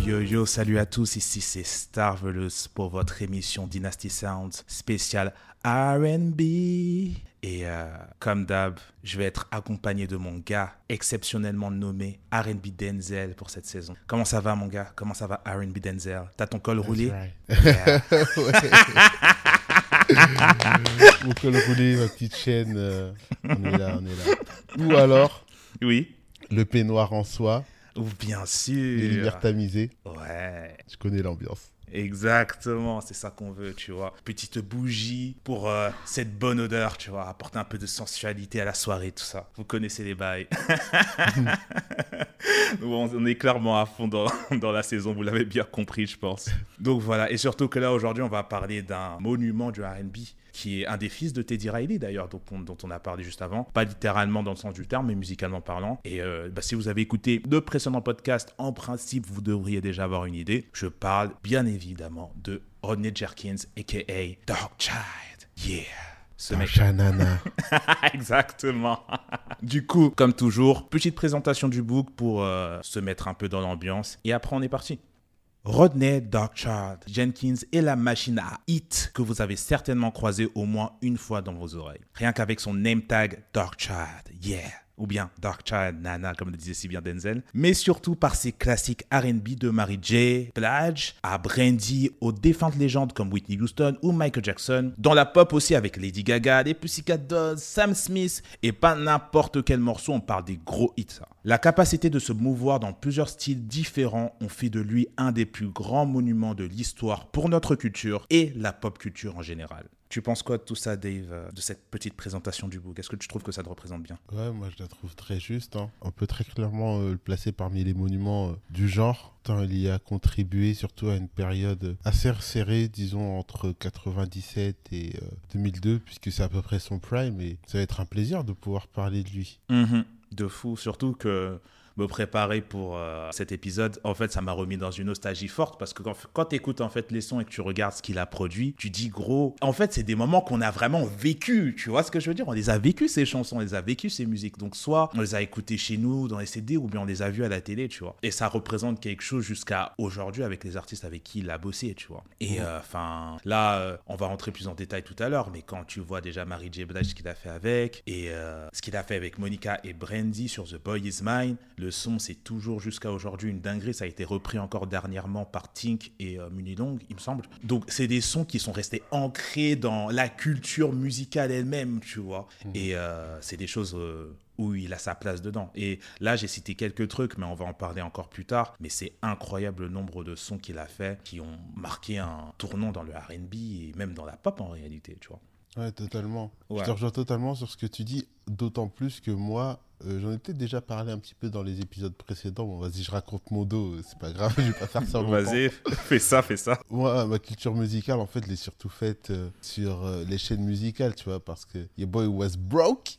yo yo, salut à tous, ici c'est Starvelous pour votre émission Dynasty Sounds spéciale R&B. Et comme d'hab, je vais être accompagné de mon gars exceptionnellement nommé R&B Denzel pour cette saison. Comment ça va mon gars? Comment ça va R&B Denzel? T'as ton col roulé? Right. Mon col roulé, ma petite chaîne, on est là. Ou alors, Oui. le peignoir en soie, Ou bien les sûr. lumières tamisées. Ouais. Je connais l'ambiance. Exactement, c'est ça qu'on veut, tu vois. Petite bougie pour cette bonne odeur, tu vois, apporter un peu de sensualité à la soirée, tout ça. Vous connaissez les bails. On est clairement à fond dans la saison, vous l'avez bien compris, je pense. Donc voilà, et surtout que là, aujourd'hui, on va parler d'un monument du R&B qui est un des fils de Teddy Riley d'ailleurs, dont on a parlé juste avant. Pas littéralement dans le sens du terme, mais musicalement parlant. Et si vous avez écouté le précédent podcast, en principe, vous devriez déjà avoir une idée. Je parle bien évidemment de Rodney Jerkins, a.k.a. Darkchild. Yeah. Ce mec. Chanana. Exactement. Du coup, comme toujours, petite présentation du book pour se mettre un peu dans l'ambiance. Et après, on est parti. Rodney Darkchild Jenkins est la machine à hit que vous avez certainement croisé au moins une fois dans vos oreilles. Rien qu'avec son name tag Darkchild, yeah, ou bien Darkchild Nana comme le disait si bien Denzel, mais surtout par ses classiques R&B de Mary J. Blige à Brandy, aux défuntes légendes comme Whitney Houston ou Michael Jackson, dans la pop aussi avec Lady Gaga, les Pussycat Dolls, Sam Smith, et pas n'importe quel morceau, on parle des gros hits. La capacité de se mouvoir dans plusieurs styles différents ont fait de lui un des plus grands monuments de l'histoire pour notre culture et la pop culture en général. Tu penses quoi de tout ça, Dave, de cette petite présentation du book? Est-ce que tu trouves que ça te représente bien? Ouais, moi je la trouve très juste. On peut très clairement le placer parmi les monuments du genre. Tant il y a contribué surtout à une période assez resserrée, disons entre 97 et 2002, puisque c'est à peu près son prime. Et ça va être un plaisir de pouvoir parler de lui. De fou, surtout que me préparer pour cet épisode, en fait, ça m'a remis dans une nostalgie forte parce que quand tu écoutes en fait les sons et que tu regardes ce qu'il a produit, tu dis gros, en fait, c'est des moments qu'on a vraiment vécu, tu vois ce que je veux dire? On les a vécus ces chansons, on les a vécus ces musiques. Donc soit on les a écoutées chez nous dans les CD ou bien on les a vus à la télé, tu vois. Et ça représente quelque chose jusqu'à aujourd'hui avec les artistes avec qui il a bossé, tu vois. Et enfin, là, on va rentrer plus en détail tout à l'heure, mais quand tu vois déjà Mary J. Blige, ce qu'il a fait avec et ce qu'il a fait avec Monica et Brandy sur The Boy Is Mine, le son, c'est toujours jusqu'à aujourd'hui une dinguerie. Ça a été repris encore dernièrement par Tink et Munilong, il me semble. Donc, c'est des sons qui sont restés ancrés dans la culture musicale elle-même, tu vois. Et c'est des choses où il a sa place dedans. Et là, j'ai cité quelques trucs, mais on va en parler encore plus tard. Mais c'est incroyable le nombre de sons qu'il a fait qui ont marqué un tournant dans le R&B et même dans la pop en réalité, tu vois. Ouais, totalement. Ouais. Je te rejoins totalement sur ce que tu dis, d'autant plus que moi, j'en ai peut-être déjà parlé un petit peu dans les épisodes précédents. Bon, vas-y, je raconte mon dos, c'est pas grave, je vais pas faire ça longtemps. Vas-y, fais ça. Moi, ma culture musicale, en fait, je l'ai surtout faite sur les chaînes musicales, tu vois, parce que Your Boy Was Broke.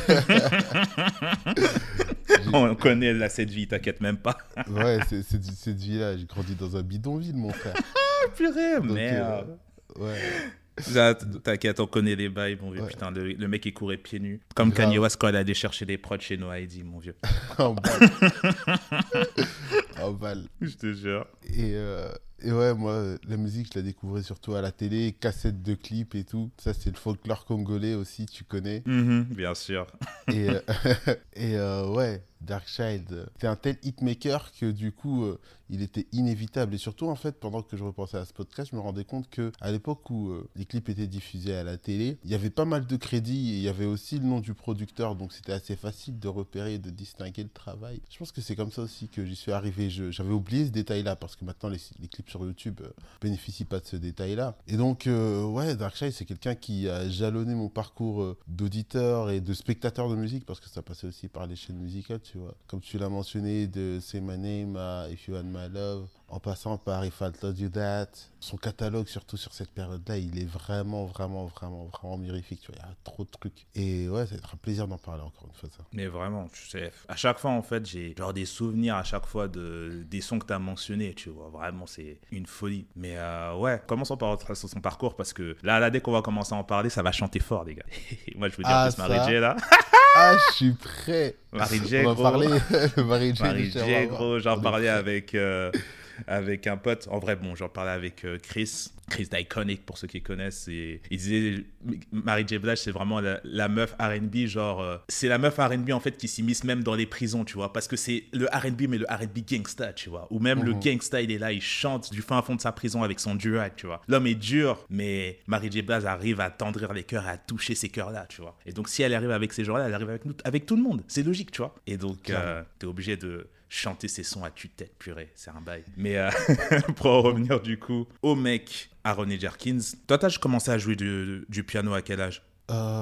On connaît cette vie, t'inquiète même pas. Ouais, cette vie-là, j'ai grandi dans un bidonville, mon frère. Ah, purée, Donc, merde. Ouais. T'inquiète, on connaît les bails, mon vieux. Ouais. Putain, le mec, il courait pieds nus. Comme Grave. Kanye West quand il allait chercher des prods chez No ID, mon vieux. En balle. En balle. Je te jure. Et ouais, moi, la musique, je la découvrais surtout à la télé, cassettes de clips et tout. Ça, c'est le folklore congolais aussi, tu connais. Bien sûr. Et ouais, Darkchild, c'est un tel hitmaker que du coup, il était inévitable. Et surtout, en fait, pendant que je repensais à ce podcast, je me rendais compte qu'à l'époque où les clips étaient diffusés à la télé, il y avait pas mal de crédits et il y avait aussi le nom du producteur. Donc, c'était assez facile de repérer et de distinguer le travail. Je pense que c'est comme ça aussi que j'y suis arrivé. J'avais oublié ce détail-là parce que maintenant, les clips sur YouTube bénéficient pas de ce détail-là. Et donc, ouais, Darkchild, c'est quelqu'un qui a jalonné mon parcours d'auditeur et de spectateur de musique parce que ça passait aussi par les chaînes musicales, tu vois. Comme tu l'as mentionné, de Say My Name à If You Had My Love, en passant par If I Told You That. Son catalogue, surtout sur cette période-là, il est vraiment mirifique, tu vois. Il y a trop de trucs. Et ouais, ça va être un plaisir d'en parler encore une fois, ça. Mais vraiment, tu sais, à chaque fois, en fait, j'ai genre des souvenirs à chaque fois des sons que tu as mentionnés, tu vois. Vraiment, c'est une folie. Mais ouais, commençons par retracer son parcours parce que là, dès qu'on va commencer à en parler, ça va chanter fort, les gars. Moi, je veux dire plus Mary J, là. Ah, je suis prêt. Mary J, on va gros. parler. Mary J, gros. J'en parlais avec avec un pote. En vrai, bon, j'en parlais avec Chris d'Iconic, pour ceux qui connaissent. Et il disait, Mary J. Blige, c'est vraiment la meuf R&B, genre, c'est la meuf R&B, en fait, qui s'immisce même dans les prisons, tu vois, parce que c'est le R&B, mais le R&B gangsta, tu vois, ou même le gangsta, il est là, il chante du fin fond de sa prison avec son durag, tu vois. L'homme est dur, mais Mary J. Blige arrive à tendrir les cœurs, à toucher ces cœurs-là, tu vois. Et donc, si elle arrive avec ces gens-là, elle arrive avec nous, avec tout le monde. C'est logique, tu vois. Et donc, t'es obligé de chanter ses sons à tue-tête, purée, c'est un bail. Mais pour en revenir du coup au mec, à Ronnie Jerkins, toi t'as commencé à jouer du piano à quel âge?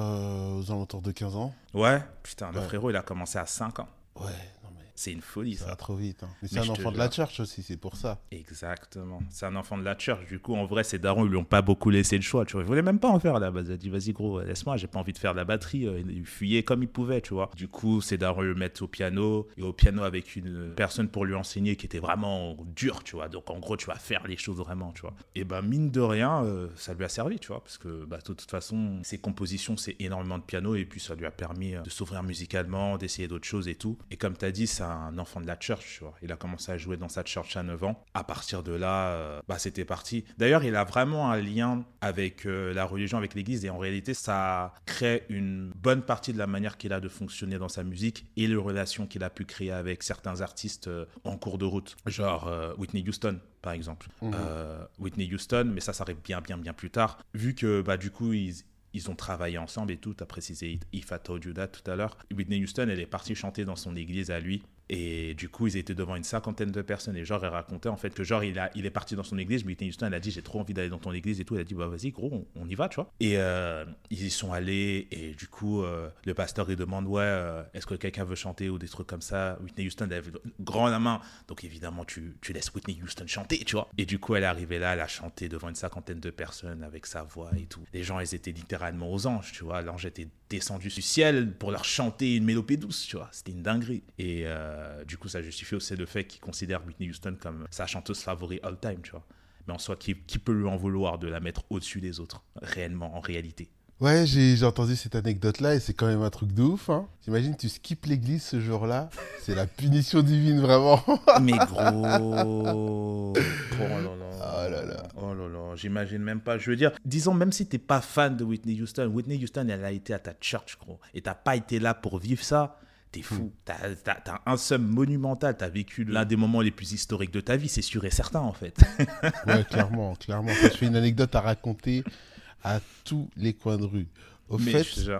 Aux alentours de 15 ans. Ouais, putain, le frérot il a commencé à 5 ans. Ouais, non mais... C'est une folie Ça ça. va trop vite. Hein. Mais c'est Mais un je te enfant de jure. la church aussi, c'est pour ça. Exactement. C'est un enfant de la church. Du coup, en vrai, ses darons, ils lui ont pas beaucoup laissé le choix. Tu vois, il voulait même pas en faire à la base. Il a dit, vas-y, gros, laisse-moi, j'ai pas envie de faire de la batterie. Il fuyait comme il pouvait, tu vois. Du coup, ses darons le mettent au piano. Et au piano avec une personne pour lui enseigner qui était vraiment dur, tu vois. Donc, en gros, tu vas faire les choses vraiment, tu vois. Et ben, mine de rien, ça lui a servi, tu vois. Parce que, bah, de toute façon, ses compositions, c'est énormément de piano. Et puis, ça lui a permis de s'ouvrir musicalement, d'essayer d'autres choses et tout. Et comme tu as dit, c'est un enfant de la church, tu vois. Il a commencé à jouer dans sa church à 9 ans. À partir de là, c'était parti. D'ailleurs, il a vraiment un lien avec la religion, avec l'église. Et en réalité, ça crée une bonne partie de la manière qu'il a de fonctionner dans sa musique et les relations qu'il a pu créer avec certains artistes en cours de route. Genre Whitney Houston, par exemple. Whitney Houston, mais ça arrive bien plus tard. Vu que, bah, du coup, ils ont travaillé ensemble et tout. Tu as précisé If I Told You That tout à l'heure. Whitney Houston, elle est partie chanter dans son église à lui. Et du coup, ils étaient devant une 50aine de personnes. Et genre, elle racontait en fait que genre, il est parti dans son église. Whitney Houston, elle a dit, j'ai trop envie d'aller dans ton église et tout. Elle a dit, bah vas-y, gros, on y va, tu vois. Et ils y sont allés. Et du coup, le pasteur, il demande, ouais, est-ce que quelqu'un veut chanter ou des trucs comme ça. Whitney Houston, elle avait grand la main. Donc évidemment, tu laisses Whitney Houston chanter, tu vois. Et du coup, elle est arrivée là, elle a chanté devant une 50aine de personnes avec sa voix et tout. Les gens, ils étaient littéralement aux anges, tu vois. L'ange était descendu du ciel pour leur chanter une mélopée douce, tu vois. C'était une dinguerie. Et du coup, ça justifie aussi le fait qu'il considère Whitney Houston comme sa chanteuse favorite all time, tu vois. Mais en soi, qui peut lui en vouloir de la mettre au-dessus des autres, réellement, en réalité? Ouais, j'ai entendu cette anecdote-là et c'est quand même un truc de ouf. Hein. T'imagines, tu skippes l'église ce jour-là. C'est la punition divine, vraiment. Mais gros... Oh là là. Oh là là. Oh là là, j'imagine même pas. Je veux dire, disons, même si t'es pas fan de Whitney Houston, elle a été à ta church, gros. Et t'as pas été là pour vivre ça. T'es fou. T'as un somme monumental. T'as vécu l'un des moments les plus historiques de ta vie, c'est sûr et certain, en fait. Ouais, clairement. Ça te fait une anecdote à raconter à tous les coins de rue. Au Mais fait, je te jure.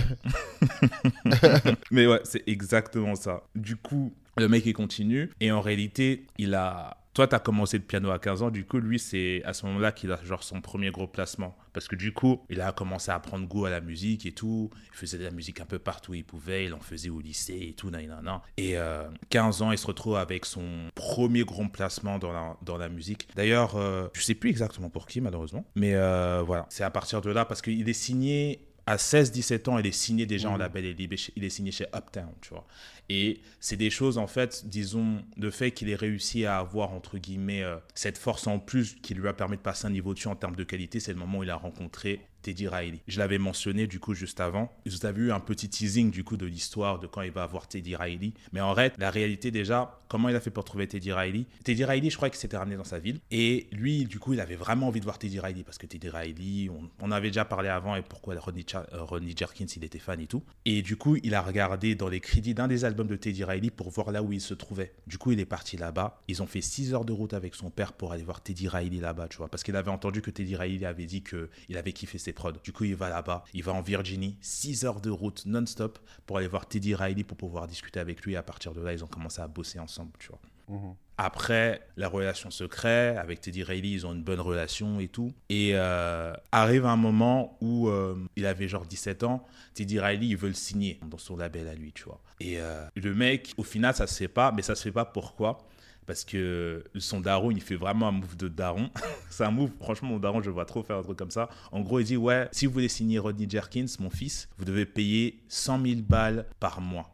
Mais ouais, c'est exactement ça. Du coup, le mec, il continue. Et en réalité, toi, tu as commencé le piano à 15 ans. Du coup, lui, c'est à ce moment-là qu'il a genre son premier gros placement. Parce que du coup, il a commencé à prendre goût à la musique et tout. Il faisait de la musique un peu partout où il pouvait. Il en faisait au lycée et tout. Et 15 ans, il se retrouve avec son premier gros placement dans la musique. D'ailleurs, je sais plus exactement pour qui, malheureusement. Mais voilà, c'est à partir de là parce qu'il est signé... À 16-17 ans, il est signé déjà en label et il est signé chez Uptown, tu vois. Et c'est des choses, en fait, disons, le fait qu'il ait réussi à avoir, entre guillemets, cette force en plus qui lui a permis de passer un niveau dessus en termes de qualité, c'est le moment où il a rencontré Teddy Riley. Je l'avais mentionné, du coup, juste avant. Vous avez eu un petit teasing, du coup, de l'histoire de quand il va avoir Teddy Riley. Mais en fait, la réalité, déjà, comment il a fait pour trouver Teddy Riley? Teddy Riley, je crois qu'il s'était ramené dans sa ville. Et lui, du coup, il avait vraiment envie de voir Teddy Riley parce que Teddy Riley, on avait déjà parlé avant et pourquoi Ronnie Jerkins, il était fan et tout. Et du coup, il a regardé dans les crédits d'un des albums de Teddy Riley pour voir là où il se trouvait. Du coup, il est parti là-bas. Ils ont fait 6 heures de route avec son père pour aller voir Teddy Riley là-bas, tu vois. Parce qu'il avait entendu que Teddy Riley avait dit qu'il avait kiffé ses prods. Du coup, il va là-bas. Il va en Virginie. 6 heures de route non-stop pour aller voir Teddy Riley pour pouvoir discuter avec lui. Et à partir de là, ils ont commencé à bosser ensemble, tu vois. Après, la relation se crée. Avec Teddy Riley, ils ont une bonne relation et tout. Et arrive un moment où il avait genre 17 ans. Teddy Riley, il veut le signer dans son label à lui, tu vois. Et le mec, au final, ça se fait pas. Mais ça se fait pas pourquoi? Parce que son daron, il fait vraiment un move de daron. C'est un move, franchement, mon daron, je vois trop faire un truc comme ça. En gros, il dit, ouais, si vous voulez signer Ronnie Jerkins, mon fils, vous devez payer 100 000 balles par mois.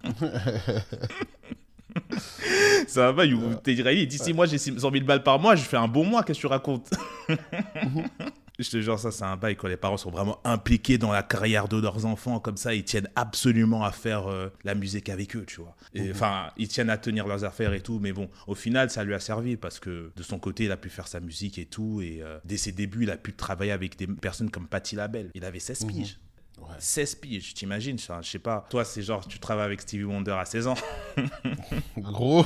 Ça va, Teddy Riley, il dit, si moi j'ai 100 000 balles par mois, je fais un bon mois, qu'est-ce que tu racontes? Je te jure, ça, c'est un bail quand les parents sont vraiment impliqués dans la carrière de leurs enfants, comme ça, ils tiennent absolument à faire la musique avec eux, tu vois. Enfin, ils tiennent à tenir leurs affaires et tout, mais bon, au final, ça lui a servi parce que de son côté, il a pu faire sa musique et tout, et dès ses débuts, il a pu travailler avec des personnes comme Patti LaBelle. Il avait 16 piges. Ouais. 16 piges, t'imagines, je sais pas. Toi, c'est genre, tu travailles avec Stevie Wonder à 16 ans. Gros,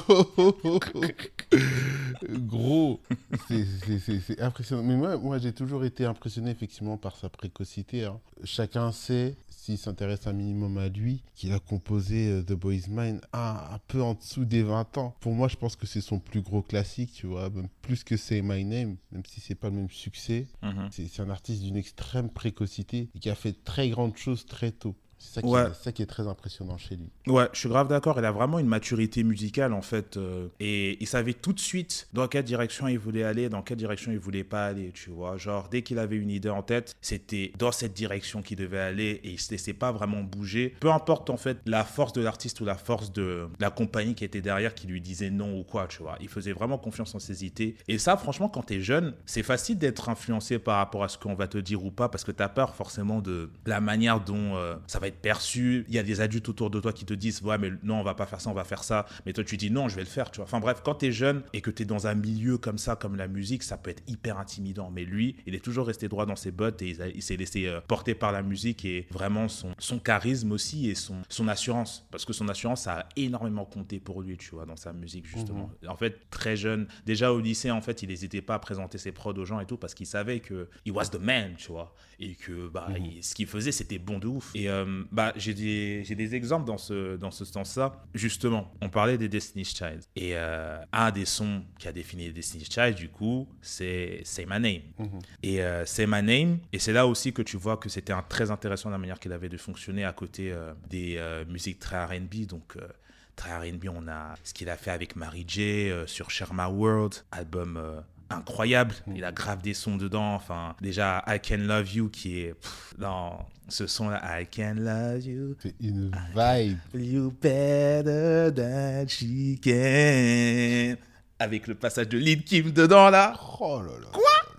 gros, c'est impressionnant. Mais moi j'ai toujours été impressionné effectivement par sa précocité. Hein. Chacun sait, s'il s'intéresse un minimum à lui, qu'il a composé The Boy's Mind un peu en dessous des 20 ans. Pour moi, je pense que c'est son plus gros classique, tu vois, même plus que Say My Name, même si c'est pas le même succès. C'est un artiste d'une extrême précocité et qui a fait de très grandes choses très tôt. C'est ça qui est très impressionnant chez lui. Ouais, je suis grave d'accord. Il a vraiment une maturité musicale, en fait. Et il savait tout de suite dans quelle direction il voulait aller, dans quelle direction il voulait pas aller, tu vois. Genre, dès qu'il avait une idée en tête, c'était dans cette direction qu'il devait aller et il se laissait pas vraiment bouger. Peu importe, en fait, la force de l'artiste ou la force de la compagnie qui était derrière qui lui disait non ou quoi, tu vois. Il faisait vraiment confiance en ses idées. Et ça, franchement, quand t'es jeune, c'est facile d'être influencé par rapport à ce qu'on va te dire ou pas parce que t'as peur forcément de la manière dont ça va être perçu. Il y a des adultes autour de toi qui te disent ouais mais non on va pas faire ça, on va faire ça, mais toi tu dis non je vais le faire, tu vois. Enfin bref, quand t'es jeune et que t'es dans un milieu comme ça, comme la musique, ça peut être hyper intimidant, mais lui il est toujours resté droit dans ses bottes et il s'est laissé porter par la musique et vraiment son charisme aussi et son assurance, parce que son assurance ça a énormément compté pour lui, tu vois, dans sa musique justement. En fait très jeune, déjà au lycée en fait il n'hésitait pas à présenter ses prods aux gens et tout parce qu'il savait que he was the man, tu vois, et que ce qu'il faisait c'était bon de ouf. Et j'ai des exemples dans ce sens-là. Justement, on parlait des Destiny's Child. Et un des sons qui a défini les Destiny's Child, du coup, c'est Say My Name. Et Say My Name, et c'est là aussi que tu vois que c'était très intéressant la manière qu'il avait de fonctionner à côté des musiques très R&B. Donc, très R&B, on a ce qu'il a fait avec Mary J sur Share My World, album incroyable. Il a grave des sons dedans. Enfin, déjà, I Can Love You qui est dans ce son-là, I Can Love You. C'est une vibe. You better than she can. Avec le passage de Lil Kim dedans, là. Oh là là. Quoi?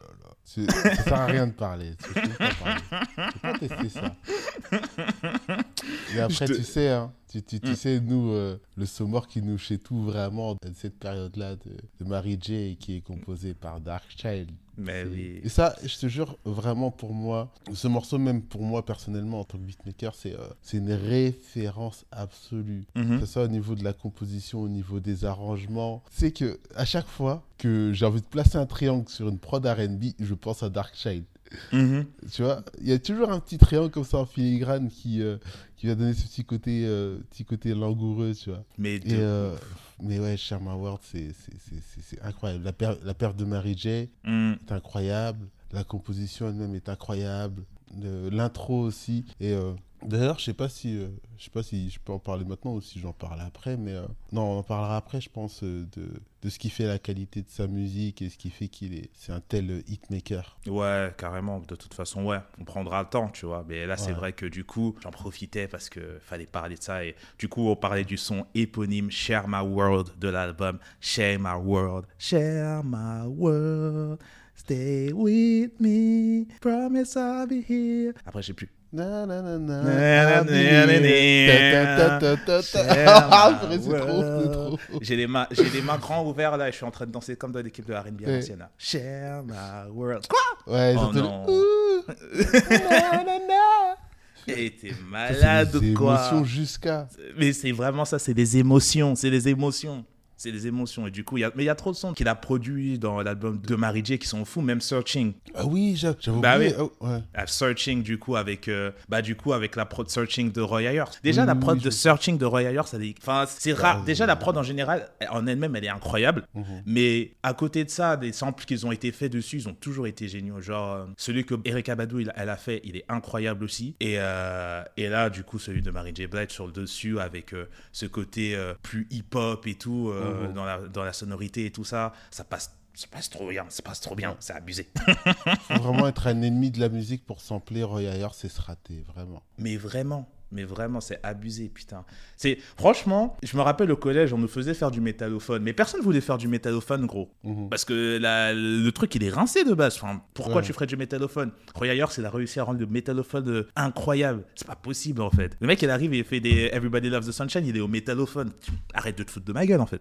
Ça sert à rien de parler. Tu peux pas parler. Tu peux pas tester ça. Et après, tu sais, hein, tu sais, nous, le Somor qui nous chétoue vraiment dans cette période-là de Mary J qui est composée par Darkchild. Mais oui. Et ça, je te jure, vraiment pour moi, ce morceau, même pour moi personnellement, en tant que beatmaker, c'est une référence absolue. Que ce soit au niveau de la composition, au niveau des arrangements. C'est que à chaque fois que j'ai envie de placer un triangle sur une prod R&B, je pense à Darkchild. Tu vois, il y a toujours un petit triangle comme ça en filigrane qui va donner ce petit côté langoureux, tu vois. Mais ouais, Share My World, c'est incroyable. La perte de Mary J est incroyable. La composition elle-même est incroyable. L'intro aussi. Et d'ailleurs, je sais pas si je peux en parler maintenant ou si j'en parle après, mais non, on en parlera après, je pense, de ce qui fait la qualité de sa musique et ce qui fait c'est un tel hitmaker. Ouais, carrément. De toute façon, ouais, on prendra le temps, tu vois. Mais là, c'est vrai que du coup, j'en profitais parce que fallait parler de ça. Et du coup, on parlait du son éponyme Share My World de l'album Share My World. Share My World. Stay with me. Promise I'll be here. Après, je sais plus. Na na na na. C'est trop. J'ai les mains grands ouverts là et je suis en train de danser comme dans l'équipe de R&B à l'ancienne là. Share my world. Quoi? Ouais, oh non. Et t'es malade ou quoi? C'est des émotions jusqu'à. Mais c'est vraiment ça, c'est des émotions, c'est des émotions. C'est des émotions. Et du coup, il y a trop de sons qu'il a produits dans l'album de Mary J qui sont fous, même Searching. Ah oui, j'avais oublié. Oui. Oh, ouais. Searching, du coup, avec la prod Searching de Roy Ayers. Déjà, la prod de Searching de Roy Ayers, c'est rare. Déjà, la prod en général, en elle-même, elle est incroyable. Mais à côté de ça, des samples qui ont été faits dessus, ils ont toujours été géniaux. Genre, celui que Erykah Badu, elle a fait, il est incroyable aussi. Et là, du coup, celui de Mary J. Blige sur le dessus, avec ce côté plus hip-hop et tout, dans la sonorité et tout ça, ça passe trop bien, c'est abusé. Faut vraiment être un ennemi de la musique pour sampler Roy Ayers et se rater, vraiment. Mais vraiment, Mais vraiment, c'est abusé, putain. Franchement, je me rappelle au collège, on nous faisait faire du métallophone. Mais personne voulait faire du métallophone, gros. Parce que le truc, il est rincé de base. Enfin, pourquoi tu ferais du métallophone? Roy Ayers, il a réussi à rendre le métallophone incroyable. C'est pas possible, en fait. Le mec, il arrive et il fait des Everybody Loves the Sunshine, il est au métallophone. Arrête de te foutre de ma gueule, en fait.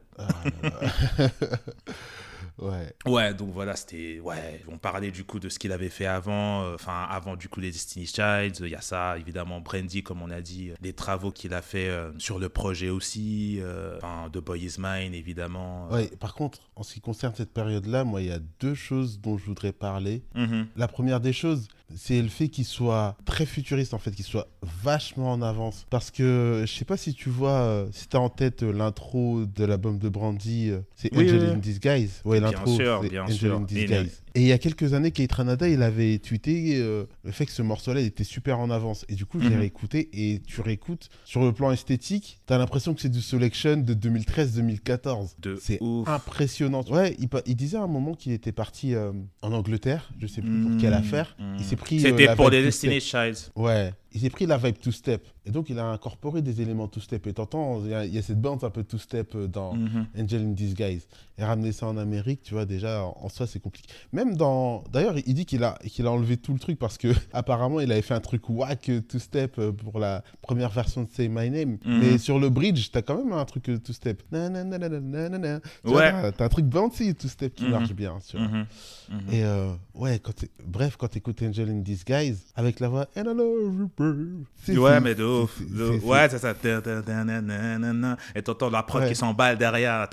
Ouais, donc voilà, c'était... Ouais, on parlait du coup de ce qu'il avait fait avant, avant du coup les Destiny's Child, il y a ça, évidemment, Brandy, comme on a dit, les travaux qu'il a fait sur le projet aussi, The Boy Is Mine, évidemment. Ouais, par contre, en ce qui concerne cette période-là, moi, il y a 2 choses dont je voudrais parler. La première des choses, c'est le fait qu'il soit très futuriste, en fait, qu'il soit vachement en avance. Parce que, je sais pas si tu vois, si t'as en tête l'intro de l'album de Brandy, c'est Angel in Disguise. Ouais, l'intro, c'est Angel in Disguise. Et il y a quelques années, Keith Ranada, il avait tweeté le fait que ce morceau-là, il était super en avance. Et du coup, je l'ai réécouté, et tu réécoutes, sur le plan esthétique, t'as l'impression que c'est du Selection de 2013-2014. C'est ouf. Impressionnant. Ouais, il disait à un moment qu'il était parti en Angleterre, je sais plus pour quelle affaire. Il s'est pris C'était pour les Destiny's Child. Ouais, il s'est pris la vibe two-step. Et donc, il a incorporé des éléments two-step. Et t'entends, il y a cette bande un peu two-step dans Angel in Disguise. Et ramener ça en Amérique, tu vois, déjà, en soi, c'est compliqué. Même dans... D'ailleurs, il dit qu'il a enlevé tout le truc parce que apparemment, il avait fait un truc whack two-step pour la première version de Say My Name. Mais sur le bridge, t'as quand même un truc two-step. Ouais. T'as un truc bouncy two-step qui marche bien, tu vois. Et ouais, quand t'écoutes Angel in Disguise, avec la voix And I love you, babe. Ouais, mais de ouf. Ouais, c'est ça. Et t'entends la prod qui s'emballe derrière.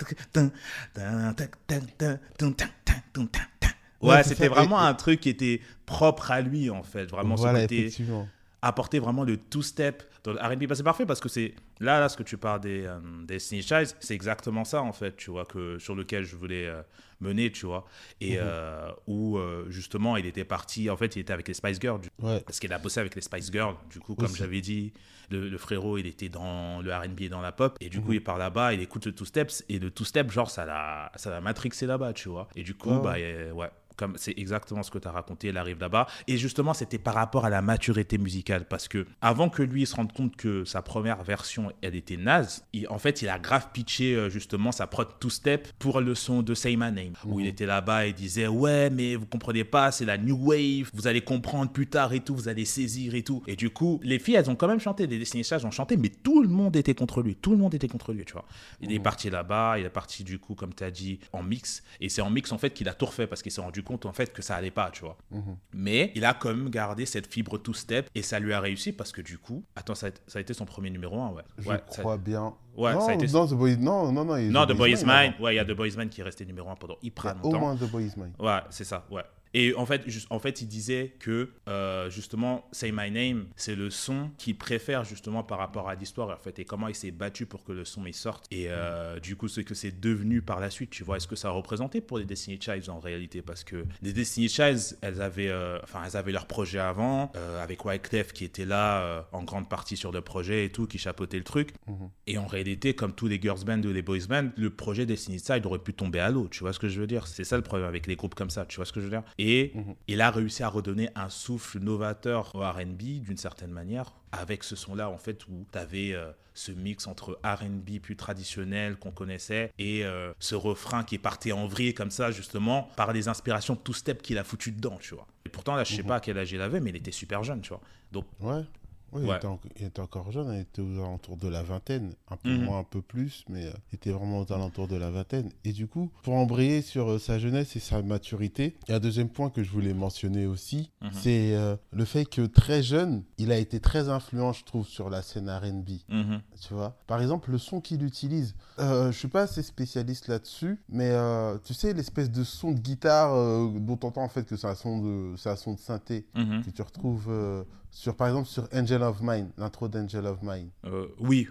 Ouais, c'était vraiment un truc qui était propre à lui, en fait. Vraiment, voilà, ce côté effectivement. Apporter vraiment le two-step dans le R&B. Bah, c'est parfait parce que c'est là ce que tu parles des Destiny's Child, c'est exactement ça, en fait, tu vois, sur lequel je voulais mener, tu vois. Et où, justement, il était parti, en fait, il était avec les Spice Girls. Parce qu'il a bossé avec les Spice Girls. Du coup, comme j'avais dit, le frérot, il était dans le R&B et dans la pop. Et du coup, il part là-bas, il écoute le two-step. Et le two-step, genre, ça l'a matrixé là-bas, tu vois. Et du coup, ouais. Comme c'est exactement ce que tu as raconté, elle arrive là-bas. Et justement, c'était par rapport à la maturité musicale. Parce que avant que lui se rende compte que sa première version, elle était naze, en fait, il a grave pitché justement sa prod two-step pour le son de Say My Name. Où il était là-bas et disait « Ouais, mais vous comprenez pas, c'est la new wave. Vous allez comprendre plus tard et tout, vous allez saisir et tout. » Et du coup, les filles, elles ont quand même chanté. Les Destiny's Child ont chanté, mais tout le monde était contre lui. Tout le monde était contre lui, tu vois. Il est parti là-bas, il est parti du coup, comme tu as dit, en mix. Et c'est en mix, en fait, qu'il a tout refait parce qu'il s'est rendu compte en fait que ça allait pas, tu vois. Mais il a quand même gardé cette fibre two-step et ça lui a réussi parce que du coup, attends, ça a été son premier numéro 1, ouais. Je crois bien. Ouais, non, ça a été... non, The Boy... non, The Boy Is Mine. Ouais, il y a The Boy Is Mine qui est resté numéro 1 pendant hyper longtemps. Au moins The Boy Is Mine. Ouais, c'est ça, ouais. Et en fait, il disait que justement, Say My Name, c'est le son qu'il préfère justement par rapport à l'histoire en fait, et comment il s'est battu pour que le son il sorte. Et du coup, ce que c'est devenu par la suite, tu vois, est-ce que ça a représenté pour les Destiny's Child en réalité? Parce que les Destiny's Child, elles avaient leur projet avant, avec Wyclef qui était là en grande partie sur le projet et tout, qui chapeautait le truc. Et en réalité, comme tous les girls bands ou les boys bands, le projet Destiny's Child aurait pu tomber à l'eau. Tu vois ce que je veux dire? C'est ça le problème avec les groupes comme ça. Tu vois ce que je veux dire? Et il a réussi à redonner un souffle novateur au R&B d'une certaine manière avec ce son-là en fait où tu avais ce mix entre R&B plus traditionnel qu'on connaissait et ce refrain qui est parti en vrille comme ça justement par les inspirations two-step qu'il a foutu dedans, tu vois. Et pourtant là je sais pas à quel âge il avait mais il était super jeune, tu vois. Donc oui, il était encore jeune, il était aux alentours de la vingtaine, un peu moins, un peu plus, mais il était vraiment aux alentours de la vingtaine. Et du coup, pour embrayer sur sa jeunesse et sa maturité, il y a un deuxième point que je voulais mentionner aussi, c'est le fait que très jeune, il a été très influent, je trouve, sur la scène R&B. Tu vois, par exemple, le son qu'il utilise, je suis pas assez spécialiste là-dessus, mais tu sais, l'espèce de son de guitare dont tu entends en fait que c'est un son de synthé que tu retrouves... par exemple sur Angel of Mine, l'intro d'Angel of Mine. Oui.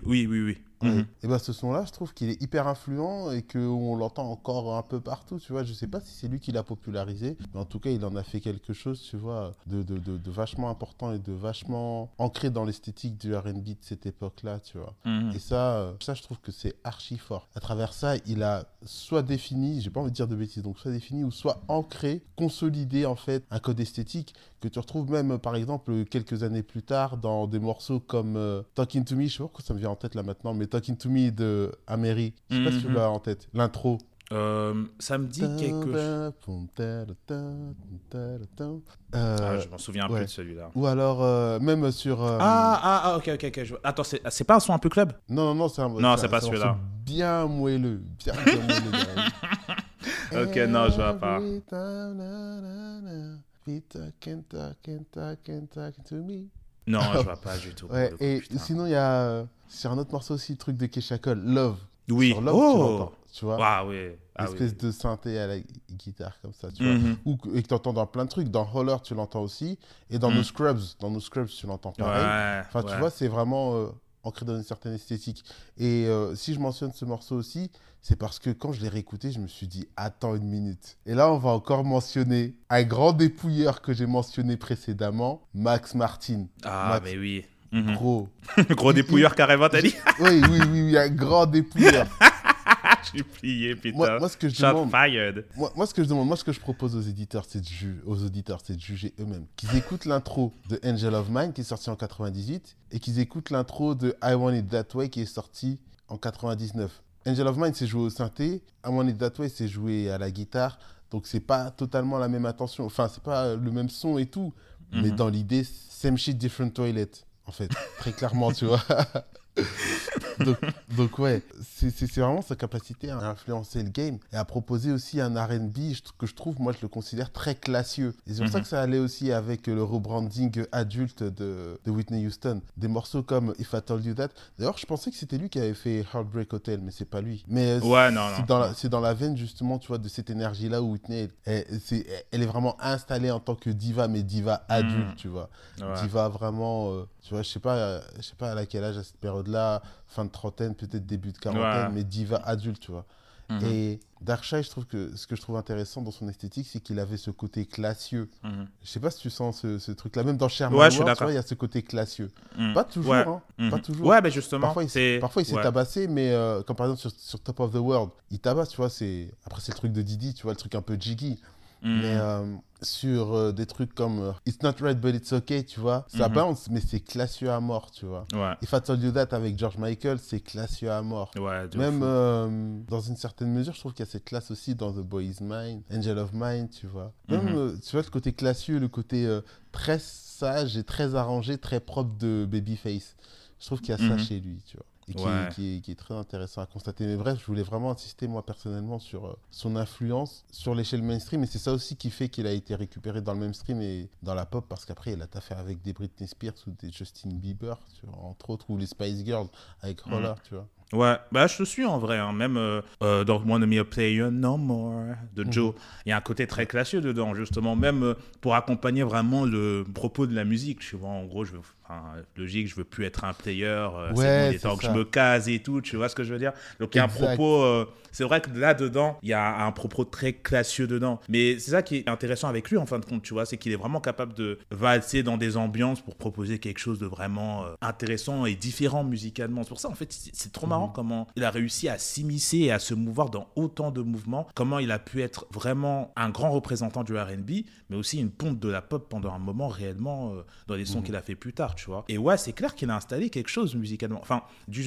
Et ben ce son-là, je trouve qu'il est hyper influent et qu'on l'entend encore un peu partout, tu vois. Je sais pas si c'est lui qui l'a popularisé, mais en tout cas, il en a fait quelque chose, tu vois, de vachement important et de vachement ancré dans l'esthétique du R&B de cette époque-là, tu vois. Et ça, je trouve que c'est archi fort. À travers ça, il a soit défini, j'ai pas envie de dire de bêtises, donc soit défini ou soit ancré, consolidé en fait un code esthétique que tu retrouves même, par exemple, quelques années plus tard dans des morceaux comme Talking to Me, je sais pas pourquoi ça me vient en tête là maintenant, mais Talking to Me de Amery, je sais pas si tu l'as en tête, l'intro. Ça me dit quelque chose. Je m'en souviens plus de celui-là. Ou alors, même sur... ok. Attends, c'est pas un son un peu club? Non, c'est pas celui-là. Bien moelleux. Ok, non, je vois pas. Non, je vois pas du tout. Ouais, et sinon, il y a sur un autre morceau aussi, le truc de Kesha Cole, Love. Oui. Sur Love, tu l'entends, tu vois. Ah oui. Espèce de synthé à la guitare comme ça, tu vois. Et que tu entends dans plein de trucs. Dans Holler, tu l'entends aussi. Et dans No Scrubs, tu l'entends pareil. Tu vois, c'est vraiment ancré dans une certaine esthétique. Et si je mentionne ce morceau aussi, c'est parce que quand je l'ai réécouté, je me suis dit, attends une minute. Et là, on va encore mentionner un grand dépouilleur que j'ai mentionné précédemment, Max Martin. Mais oui. Gros. Gros dépouilleur carrément, t'as dit? Oui, un grand dépouilleur. Je suis plié, putain. Moi, ce que je demande, moi, ce que je propose aux auditeurs, c'est de juger eux-mêmes. Qu'ils écoutent l'intro de Angel of Mine, qui est sorti en 98, et qu'ils écoutent l'intro de I Want It That Way, qui est sorti en 99. Angel of Mine, c'est joué au synthé. I Want It That Way, c'est joué à la guitare. Donc, c'est pas totalement la même attention. Enfin, c'est pas le même son et tout. Mais dans l'idée, same shit, different toilet. En fait, très clairement, tu vois. donc ouais, c'est vraiment sa capacité à influencer le game et à proposer aussi un R&B que je trouve, moi je le considère très classieux. Et c'est pour ça que ça allait aussi avec le rebranding adulte de Whitney Houston. Des morceaux comme If I Told You That. D'ailleurs, je pensais que c'était lui qui avait fait Heartbreak Hotel, mais c'est pas lui. Mais c'est dans la veine justement, tu vois, de cette énergie-là où Whitney, elle est vraiment installée en tant que diva, mais diva adulte, tu vois. Ouais. Diva vraiment... tu vois, je sais pas à laquelle âge à cette période-là, fin de trentaine, peut-être début de quarantaine, mais diva adulte, tu vois. Et Darkseid, je trouve que ce que je trouve intéressant dans son esthétique, c'est qu'il avait ce côté classieux. Je sais pas si tu sens ce truc-là, même dans Sherman World, tu vois, il y a ce côté classieux. Pas toujours, pas toujours. Ouais, mais justement. Parfois, il s'est tabassé, mais comme par exemple sur Top of the World, il tabasse, tu vois. Après, c'est le truc de Didi, tu vois, le truc un peu jiggy. Mais sur des trucs comme It's Not Right But It's Okay, tu vois, ça bounce, mais c'est classieux à mort, tu vois. If I Told You That avec George Michael, c'est classieux à mort. Même dans une certaine mesure, je trouve qu'il y a cette classe aussi dans The Boy Is Mine, Angel of Mine, tu vois. Même, tu vois, le côté classieux, le côté très sage et très arrangé, très propre de Babyface. Je trouve qu'il y a ça chez lui, tu vois. Et qui est très intéressant à constater. Mais bref, je voulais vraiment insister, moi, personnellement, sur son influence sur l'échelle mainstream. Et c'est ça aussi qui fait qu'il a été récupéré dans le mainstream et dans la pop, parce qu'après, il a taffé avec des Britney Spears ou des Justin Bieber, tu vois, entre autres, ou les Spice Girls avec Roller, tu vois. Ouais, bah je te suis en vrai, hein. Même dans Wanna Me a Player No More de Joe, il y a un côté très classieux dedans, justement, même pour accompagner vraiment le propos de la musique, tu vois, en gros, logique, je veux plus être un player, c'est temps que je me case et tout, tu vois ce que je veux dire? Donc il y a un propos, c'est vrai que là-dedans, il y a un propos très classieux dedans, mais c'est ça qui est intéressant avec lui en fin de compte, tu vois, c'est qu'il est vraiment capable de valser dans des ambiances pour proposer quelque chose de vraiment intéressant et différent musicalement. C'est pour ça, en fait, c'est trop marrant comment il a réussi à s'immiscer et à se mouvoir dans autant de mouvements, comment il a pu être vraiment un grand représentant du R&B, mais aussi une pompe de la pop pendant un moment réellement dans les sons qu'il a fait plus tard, tu vois. Et ouais, c'est clair qu'il a installé quelque chose musicalement. Enfin,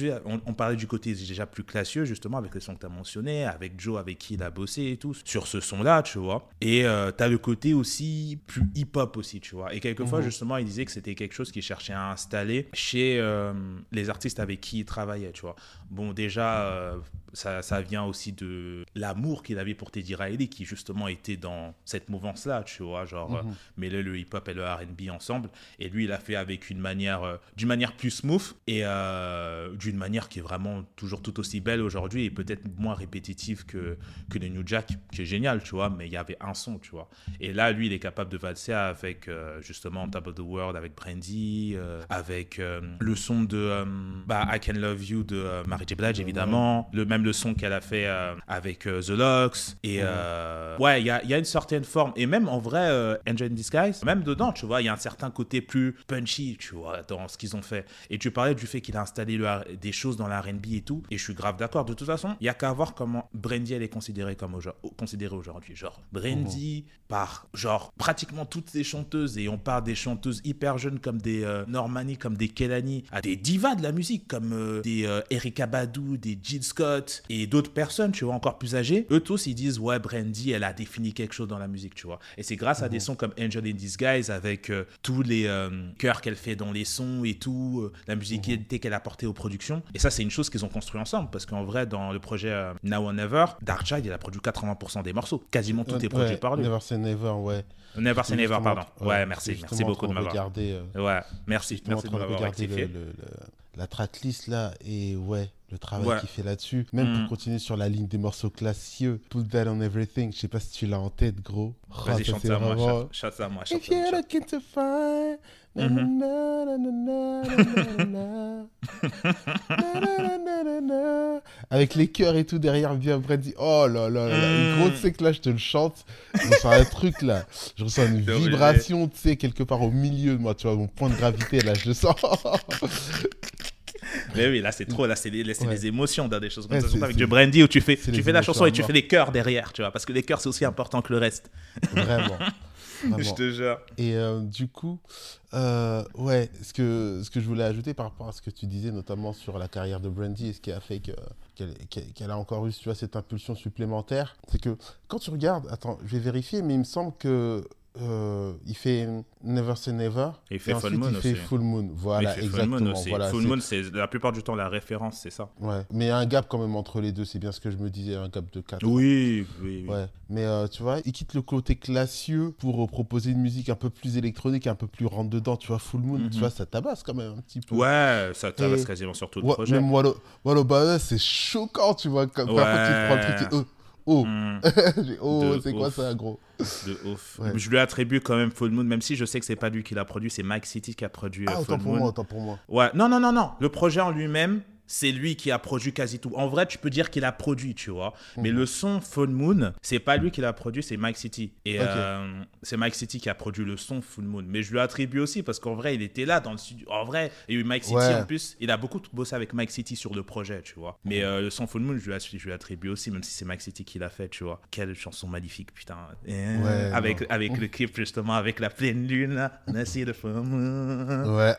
on parlait du côté déjà plus classieux, justement, avec les sons que tu as mentionnés, avec Joe, avec qui il a bossé et tout, sur ce son-là, tu vois. Et tu as le côté aussi plus hip-hop aussi, tu vois. Et quelquefois, justement, il disait que c'était quelque chose qu'il cherchait à installer chez les artistes avec qui il travaillait, tu vois. Bon, déjà, ça vient aussi de l'amour qu'il avait pour Teddy Riley, qui justement était dans cette mouvance-là, tu vois, genre mêler le hip-hop et le R&B ensemble. Et lui, il a fait avec d'une manière plus smooth et d'une manière qui est vraiment toujours tout aussi belle aujourd'hui et peut-être moins répétitive que les New Jack, qui est génial, tu vois, mais il y avait un son, tu vois. Et là, lui, il est capable de valser avec justement Top of the World, avec Brandy, avec le son de I Can Love You de Mary J. Blige, évidemment, même le son qu'elle a fait avec The Lox, et il y a une certaine forme, et même en vrai Angel in Disguise, même dedans, tu vois, il y a un certain côté plus punchy, tu tu vois, dans ce qu'ils ont fait. Et tu parlais du fait qu'il a installé des choses dans la R&B et tout, et je suis grave d'accord. De toute façon, il y a qu'à voir comment Brandy, elle est considérée aujourd'hui. Genre, Brandy, par genre pratiquement toutes les chanteuses, et on parle des chanteuses hyper jeunes comme des Normani, comme des Kehlani, à des divas de la musique, comme des Erykah Badu, des Jill Scott, et d'autres personnes, tu vois, encore plus âgées. Eux tous, ils disent, ouais, Brandy, elle a défini quelque chose dans la musique, tu vois. Et c'est grâce à des sons comme Angel in Disguise, avec tous les chœurs qu'elle fait dans les sons et tout, la musicalité qu'elle a apportée aux productions. Et ça, c'est une chose qu'ils ont construit ensemble, parce qu'en vrai, dans le projet Now or Never, Darkchild, il a produit 80% des morceaux. Quasiment tout est produit par lui. Never Say Never, ouais. Never Say Never, pardon. Ouais, merci beaucoup de m'avoir. Ouais, merci de m'avoir rectifié. La tracklist là, et ouais, le travail qu'il fait là-dessus, même pour continuer sur la ligne des morceaux classieux, Put That on Everything, je sais pas si tu l'as en tête, gros. Vas-y, chante ça, moi. Chante ça, moi. If you're looking to find, na na na na na na na na, avec les chœurs et tout derrière, bien Brandy. Oh là là là, gros, tu sais que là, je te le chante, je ressens un truc là, je ressens une vibration, tu sais, quelque part au milieu de moi, tu vois, mon point de gravité là, je le sens. Mais oui, là c'est trop, là c'est des émotions dans des choses comme ça, surtout avec du Brandy où tu fais la chanson et tu fais les chœurs derrière, tu vois, parce que les chœurs c'est aussi important que le reste. Vraiment. Je te jure. Et du coup, ouais, ce que je voulais ajouter par rapport à ce que tu disais, notamment sur la carrière de Brandy et ce qui a fait qu'elle a encore eu, tu vois, cette impulsion supplémentaire, c'est que quand tu regardes, attends, je vais vérifier, mais il me semble que il fait Never Say Never. Et il fait Full Moon aussi. Il fait Full Moon, voilà, exactement. Full Moon aussi. Voilà, Full Moon, c'est la plupart du temps la référence, c'est ça. Ouais, mais il y a un gap quand même entre les deux, c'est bien ce que je me disais, un gap de 4 ans. Oui. Ouais, mais tu vois, il quitte le côté classieux pour proposer une musique un peu plus électronique, un peu plus rentre-dedans, tu vois, Full Moon, tu vois, ça tabasse quand même un petit peu. Ouais, ça tabasse quasiment sur tout le projet. Même What About Us, c'est choquant, tu vois, quand tu prends le truc et c'est quoi ça, gros? De ouf. Ouais. Je lui attribue quand même Full Moon, même si je sais que c'est pas lui qui l'a produit, c'est Mike City qui a produit Full Moon. Autant pour moi. Ouais, non. Le projet en lui-même, c'est lui qui a produit quasi tout. En vrai, tu peux dire qu'il a produit, tu vois. Mais le son Full Moon, c'est pas lui qui l'a produit, c'est Mike City. Et c'est Mike City qui a produit le son Full Moon. Mais je lui attribue aussi parce qu'en vrai, il était là dans le studio. En vrai, il y a eu Mike City en plus. Il a beaucoup bossé avec Mike City sur le projet, tu vois. Mais le son Full Moon, je lui attribue aussi, même si c'est Mike City qui l'a fait, tu vois. Quelle chanson magnifique, putain. Avec le clip, justement, avec la pleine lune, là. On a essayé de full moon. Ouais,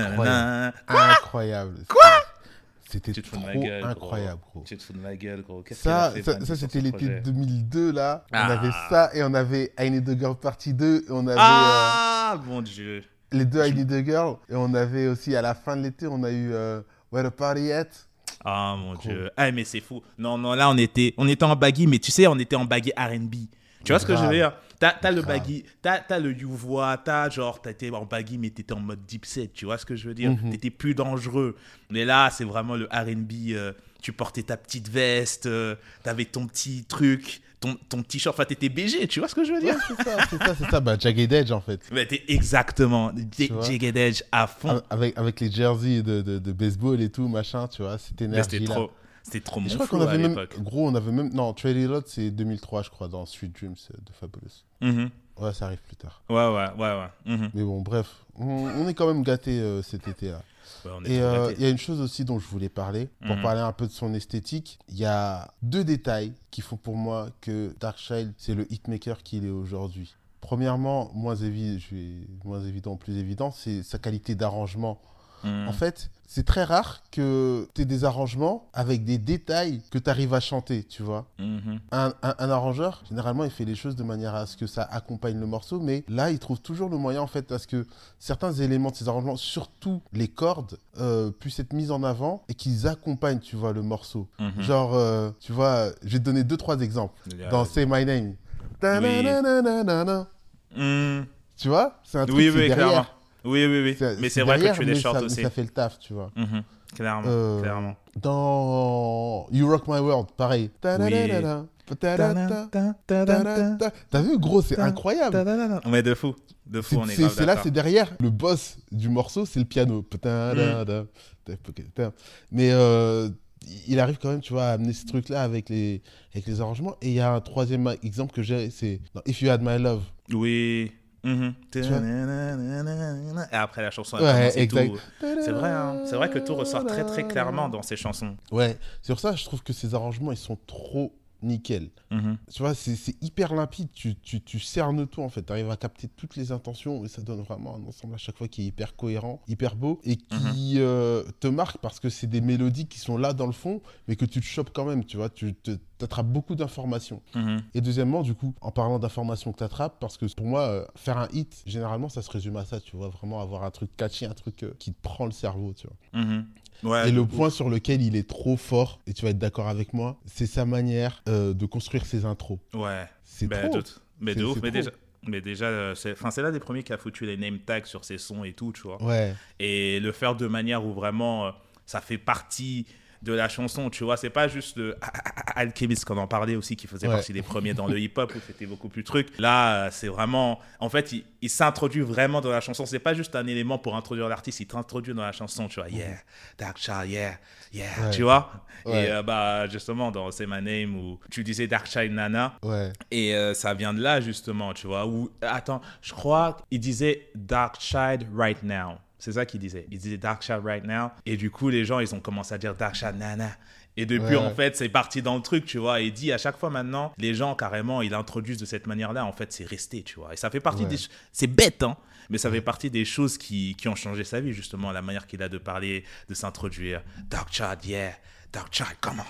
incroyable. Quoi? C'était trop incroyable, gros. Tu te fous de ma gueule, gros. Ça, c'était l'été 2002, là. On avait ça et on avait I Need a Girl Partie 2. Et on avait, mon Dieu. Les deux I Need a Girl. Et on avait aussi, à la fin de l'été, on a eu Where the Party At. Ah, mon Dieu. Ah, mais c'est fou. Non, là, on était en baggy, mais tu sais, on était en baggy R&B. Tu vois ce que je veux dire? T'as le baggy, t'as le YouVois, t'étais en baggy, mais t'étais en mode deep set, tu vois ce que je veux dire? T'étais plus dangereux. Mais là, c'est vraiment le R&B, tu portais ta petite veste, t'avais ton petit truc, ton petit short, enfin t'étais BG, tu vois ce que je veux dire? Ouais, c'est ça, Jagged Edge en fait. Mais t'es exactement, Jagged Edge à fond. Avec les jerseys de baseball et tout, machin, tu vois, cette énergie-là. C'était trop mon je crois fou qu'on avait à même, l'époque. Gros, on avait même... Non, Trade Lot, c'est 2003, je crois, dans Sweet Dreams de Fabulous. Ouais, ça arrive plus tard. Ouais. Mais bon, bref, on est quand même gâtés cet été-là. Ouais, et il y a une chose aussi dont je voulais parler, pour parler un peu de son esthétique. Il y a 2 détails qui font pour moi que Darkchild, c'est le hitmaker qu'il est aujourd'hui. Premièrement, moins évident, plus évident, c'est sa qualité d'arrangement. En fait, c'est très rare que tu aies des arrangements avec des détails que tu arrives à chanter, tu vois. Un arrangeur, généralement, il fait les choses de manière à ce que ça accompagne le morceau, mais là, il trouve toujours le moyen, en fait, à ce que certains éléments de ces arrangements, surtout les cordes, puissent être mis en avant et qu'ils accompagnent, tu vois, le morceau. Genre, tu vois, je vais te donner 2-3 exemples. Dans Say My Name. Tu vois, c'est un truc qui est derrière. Clairement. Oui. Mais c'est vrai que tu les shorts aussi. Mais ça fait le taf, tu vois. Clairement. Dans You Rock My World, pareil. T'as vu, gros, c'est incroyable. Mais de fou, on est grave c'est là, c'est derrière. Le boss du morceau, c'est le piano. Mais il arrive quand même, tu vois, à amener ce truc-là avec les arrangements. Et il y a un troisième exemple que j'ai, c'est dans If You Had My Love. Oui. Mhm. Tu vois? Et après, la chanson elle Ouais, commence et exact. tout. C'est vrai, hein. C'est vrai que tout ressort très très clairement dans ces chansons. Ouais, c'est pour ça que je trouve que ces arrangements, ils sont trop nickel. Mhm. Tu vois, c'est hyper limpide. Tu cernes tout, en fait. Tu arrives à capter toutes les intentions et ça donne vraiment un ensemble à chaque fois qui est hyper cohérent, hyper beau et Mhm. qui te marque parce que c'est des mélodies qui sont là dans le fond, mais que tu te chopes quand même. Tu vois, tu attrapes beaucoup d'informations. Mhm. Et deuxièmement, du coup, en parlant d'informations que tu attrapes, parce que pour moi, faire un hit, généralement, ça se résume à ça. Tu vois, vraiment avoir un truc catchy, un truc qui te prend le cerveau. Tu vois. Mhm. Ouais, Et de le point ouf. sur lequel il est trop fort, et tu vas être d'accord avec moi, c'est sa manière de construire ses intros. Ouais. C'est trop. Mais de ouf. C'est trop. Mais déjà c'est l'un des premiers qui a foutu les name tags sur ses sons et tout, tu vois. Ouais. Et le faire de manière où vraiment ça fait partie de la chanson, tu vois. C'est pas juste Alchemist qu'on en parlait aussi, qui faisait Ouais. partie des premiers dans le hip-hop, où c'était beaucoup plus truc. Là, c'est vraiment. En fait, il s'introduit vraiment dans la chanson. C'est pas juste un élément pour introduire l'artiste, il t'introduit dans la chanson, tu vois. Yeah, Dark Child, yeah, tu Ouais. vois. Et Ouais. bah, justement, dans Say My Name, où tu disais Dark Child Nana, Ouais. et ça vient de là, justement, tu vois. Où, attends, je crois qu'il disait Dark Child Right Now. C'est ça qu'il disait. Il disait Dark Child Right Now. Et du coup, les gens, ils ont commencé à dire Dark Child Nana. Et depuis, en Ouais. fait, c'est parti dans le truc, tu vois. Et il dit à chaque fois maintenant, les gens, carrément, ils l'introduisent de cette manière-là. En fait, c'est resté, tu vois. Et ça fait partie Ouais. des. C'est bête, hein. Mais ça fait partie des choses qui ont changé sa vie, justement. La manière qu'il a de parler, de s'introduire. Dark Child, yeah. Dark Child, comment?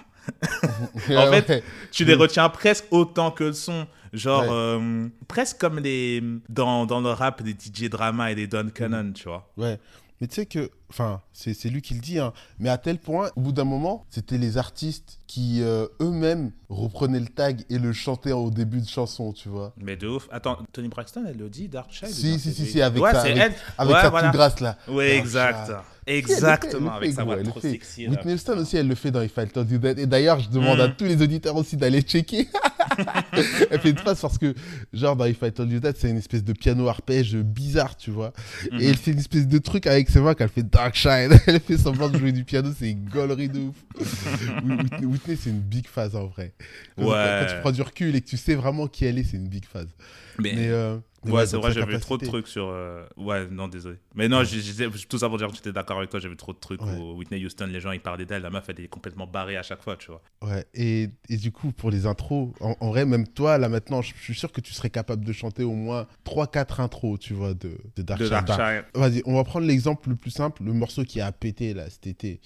En fait, Ouais. tu les retiens presque autant que le son. Genre, Ouais. presque comme dans le rap des DJ Drama et des Don Cannon, tu vois. Ouais. Mais tu sais que, enfin, c'est lui qui le dit, hein, mais à tel point, au bout d'un moment, c'était les artistes qui eux-mêmes reprenaient le tag et le chantaient au début de chanson, tu vois. Mais de ouf. Attends, Tony Braxton, elle le dit, Dark Child, ou bien Si, c'est lui? avec Ouais, ça, c'est elle. avec Ouais, sa petite voilà. grâce là. Ouais, Dark exact. Child. Si, elle le Exactement, avec fait, sa gros, voix elle le trop fait. sexy, là. Whitney Houston Putain. aussi, elle le fait dans If I Told You That. Et d'ailleurs, je demande à tous les auditeurs aussi d'aller checker. Elle fait une phase parce que, genre, dans If I Told You That, c'est une espèce de piano arpège bizarre, tu vois. Et elle fait une espèce de truc avec ses mains qu'elle fait Dark Child. Elle fait semblant de jouer du piano, c'est une gaulerie de ouf. Whitney, c'est une big phase en vrai. Quand tu Ouais. prends du recul et que tu sais vraiment qui elle est, c'est une big phase. Mais. Mais Ouais, c'est donc vrai, sa j'ai vu trop de capacité. trucs sur. Ouais, non, désolé. Mais non, tout ça pour dire que j'étais d'accord avec toi, j'ai vu trop de trucs Ouais. où Whitney Houston, les gens ils parlaient d'elle, la meuf elle est complètement barrée à chaque fois, tu vois. Ouais, et du coup, pour les intros, en vrai, même toi, là maintenant, je suis sûr que tu serais capable de chanter au moins 3-4 intros, tu vois, de Dark De Child. Dark Child. Vas-y, on va prendre l'exemple le plus simple, le morceau qui a pété là cet été,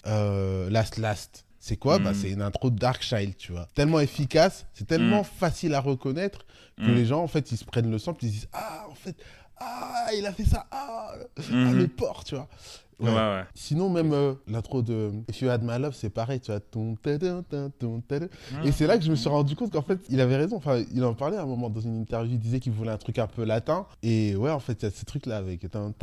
Last. C'est quoi? Bah, c'est une intro de Dark Child, tu vois. Tellement efficace, c'est tellement facile à reconnaître que les gens, en fait, ils se prennent le sample, ils se disent, ah, en fait, ah, il a fait ça, ah, le port, tu vois. Ouais, ouais. Sinon, même l'intro de If You Had My Love, c'est pareil, tu vois. Et c'est là que je me suis rendu compte qu'en fait, il avait raison. Enfin, il en parlait à un moment dans une interview. Il disait qu'il voulait un truc un peu latin. Et ouais, en fait, il y a ce truc-là avec.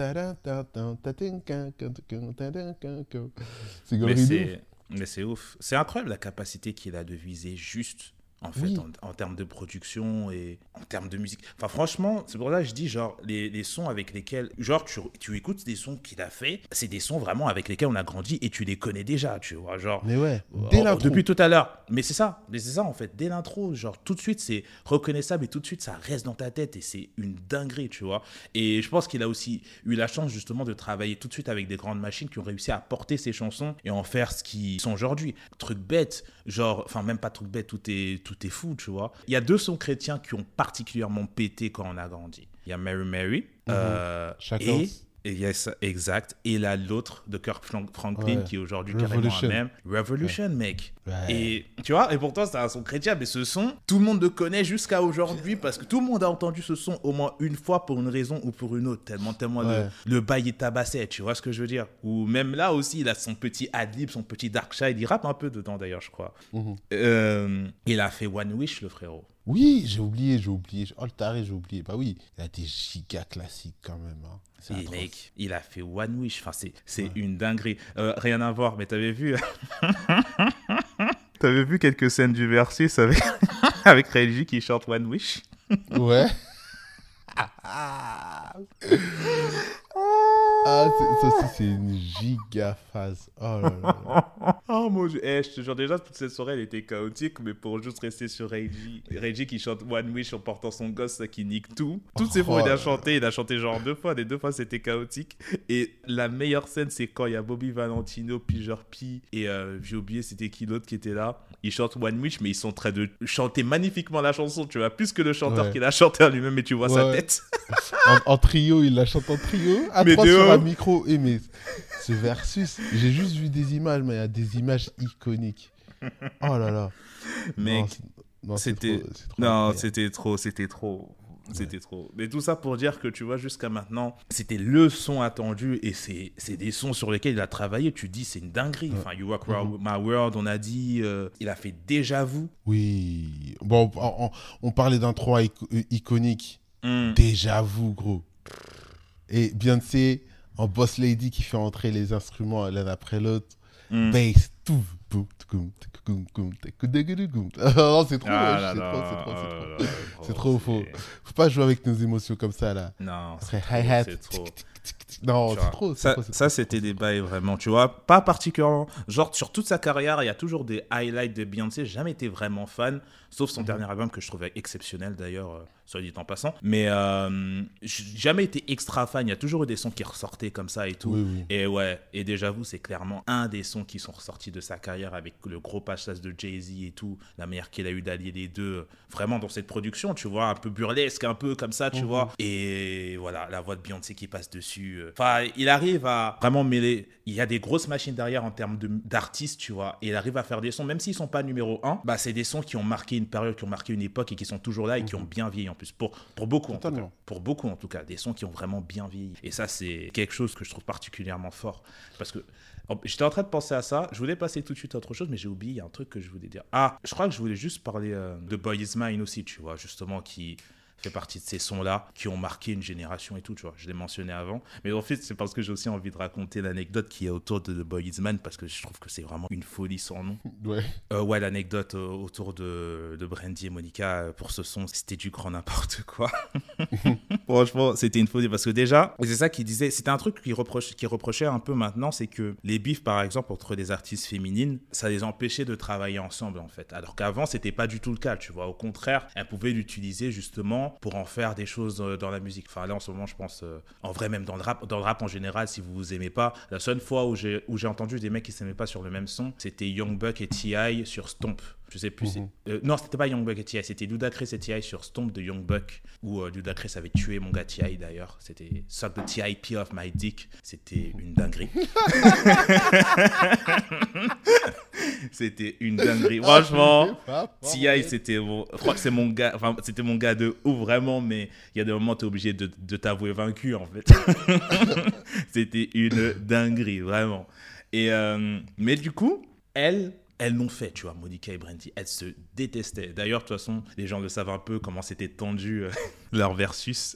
C'est Mais gaulerie de ouf. c'est ouf. C'est incroyable la capacité qu'il a de viser juste, en fait, Oui. en termes de production et en termes de musique. Enfin, franchement, c'est pour ça que je dis, genre, les sons avec lesquels. Genre, tu écoutes des sons qu'il a fait, c'est des sons vraiment avec lesquels on a grandi et tu les connais déjà, tu vois. Genre, Mais ouais, dès l'intro. depuis tout à l'heure. Mais c'est ça, en fait. Dès l'intro, genre, tout de suite, c'est reconnaissable et tout de suite, ça reste dans ta tête et c'est une dinguerie, tu vois. Et je pense qu'il a aussi eu la chance, justement, de travailler tout de suite avec des grandes machines qui ont réussi à porter ses chansons et en faire ce qu'ils sont aujourd'hui. Truc bête, genre, enfin, même pas truc bête, tout est fou, tu vois. Il y a deux sons chrétiens qui ont particulièrement pété quand on a grandi. Il y a Mary Mary Chacun. et yes, exact. Et là, l'autre de Kirk Franklin Ouais. qui est aujourd'hui Revolution. carrément un même. Revolution, mec. Ouais. Et tu vois, et pourtant, c'est un son chrétien, mais ce son, tout le monde le connaît jusqu'à aujourd'hui parce que tout le monde a entendu ce son au moins une fois pour une raison ou pour une autre. Tellement Ouais. le bail est tabassé, tu vois ce que je veux dire? Ou même là aussi, il a son petit ad-lib, son petit Dark Child. Il rappe un peu dedans d'ailleurs, je crois. Il a fait One Wish, le frérot. Oui, j'ai oublié. Oh, le taré, j'ai oublié. Bah oui, il a des giga classiques quand même. Hein. C'est Et atroce. mec, il a fait One Wish. Enfin, c'est une dinguerie. Rien à voir, mais t'avais vu. T'avais vu quelques scènes du Versus avec, avec Ray J qui chante One Wish? Ouais. Ah, ça aussi, c'est une giga phase. Oh là là. Oh mon dieu, je te jure, déjà, toute cette soirée, elle était chaotique, mais pour juste rester sur Reggie qui chante One Wish en portant son gosse, ça qui nique tout. Toutes ces fois où Oh là là. il a chanté genre 2 fois, les 2 fois c'était chaotique. Et la meilleure scène, c'est quand il y a Bobby Valentino, puis genre P, et j'ai oublié c'était qui l'autre qui était là. Ils chantent One Wish, mais ils sont en train de chanter magnifiquement la chanson, tu vois, plus que le chanteur Ouais. qui l'a chanté en lui-même, mais tu vois sa Ouais. tête. En trio, il la chante en trio. À Mais trois de sur un ouf. micro. Et mais ce versus, j'ai juste vu des images, mais il y a des images iconiques. Oh là là. Non, Mec, non, c'était. c'est trop Non, incroyable. c'était trop, c'était trop. Ouais. C'était trop. Mais tout ça pour dire que tu vois, jusqu'à maintenant, c'était le son attendu et c'est des sons sur lesquels il a travaillé. Tu dis, c'est une dinguerie. Ouais. Enfin, You Rock Mhm. My World, on a dit, il a fait Déjà Vu. Oui. Bon, on parlait d'un 3 iconique. Hmm. Déjà vous, gros. Et Beyoncé en Boss Lady qui fait entrer les instruments l'un après l'autre. Hmm. Bass, tout. Boum, tkoum, tkoum, koum, tkoum. Oh, c'est trop, Ah wesh, là c'est trop, c'est là, trop, c'est oh trop. là là, C'est gros, trop faux. Faut pas jouer avec nos émotions comme ça, là. Non, Après, c'est trop, hi-hat. c'est trop. Non, Tu c'est vois. trop, c'est Ça, trop, c'est ça trop, c'est c'était trop, des c'est trop. bails vraiment, tu vois. Pas particulièrement. Genre, sur toute sa carrière, il y a toujours des highlights de Beyoncé. J'ai jamais été vraiment fan, sauf son Mhm. dernier album que je trouvais exceptionnel d'ailleurs, soit dit en passant. Mais j'ai jamais été extra fan. Il y a toujours eu des sons qui ressortaient comme ça et tout. Oui, oui. Et ouais, et Déjà Vu, c'est clairement un des sons qui sont ressortis de sa carrière avec le gros passage de Jay-Z et tout. La manière qu'il a eu d'allier les deux, vraiment dans cette production, tu vois, un peu burlesque, un peu comme ça, tu Mhm. vois. Et voilà, la voix de Beyoncé qui passe dessus. Enfin, il arrive à vraiment mêler. Il y a des grosses machines derrière en termes d'artistes, tu vois. Et il arrive à faire des sons, même s'ils sont pas numéro un, bah, c'est des sons qui ont marqué une période, qui ont marqué une époque et qui sont toujours là et qui ont Mhm. bien vieilli en plus. Pour beaucoup en tout cas. Totalement. Pour beaucoup en tout cas. Des sons qui ont vraiment bien vieilli. Et ça, c'est quelque chose que je trouve particulièrement fort. Parce que j'étais en train de penser à ça. Je voulais passer tout de suite à autre chose, mais j'ai oublié. Il y a un truc que je voulais dire. Ah, je crois que je voulais juste parler de Boy Is Mine aussi, tu vois, justement, qui fait partie de ces sons-là qui ont marqué une génération et tout, tu vois. Je l'ai mentionné avant. Mais en fait, c'est parce que j'ai aussi envie de raconter l'anecdote qui est autour de The Boy Is Man parce que je trouve que c'est vraiment une folie sans nom. Ouais. Ouais, l'anecdote autour de Brandy et Monica pour ce son, c'était du grand n'importe quoi. Franchement, c'était une folie parce que déjà, c'est ça qu'il disait, c'était un truc qu'il reprochait un peu maintenant, c'est que les bifs, par exemple, entre des artistes féminines, ça les empêchait de travailler ensemble, en fait. Alors qu'avant, c'était pas du tout le cas, tu vois. Au contraire, elles pouvaient l'utiliser justement pour en faire des choses dans la musique. Enfin, là, en ce moment, je pense, en vrai, même dans le rap en général, si vous vous aimez pas, la seule fois où j'ai entendu des mecs qui s'aimaient pas sur le même son, c'était Young Buck et T.I. sur Stomp. Je sais plus. Mhm. Non, c'était pas Young Buck et T.I., c'était Ludacris et T.I. sur Stomp de Young Buck, où Ludacris avait tué mon gars T.I. d'ailleurs. C'était Suck the T.I.P. off my dick. C'était une dinguerie. C'était une dinguerie. Franchement, T.I. c'était je crois que c'est mon gars, enfin, c'était mon gars de ouf vraiment, mais il y a des moments où t'es obligé de t'avouer vaincu en fait. C'était une dinguerie, vraiment. Et mais du coup, elles l'ont fait, tu vois, Monica et Brandy. Elles se détestaient. D'ailleurs, de toute façon, les gens le savent un peu comment c'était tendu leur versus.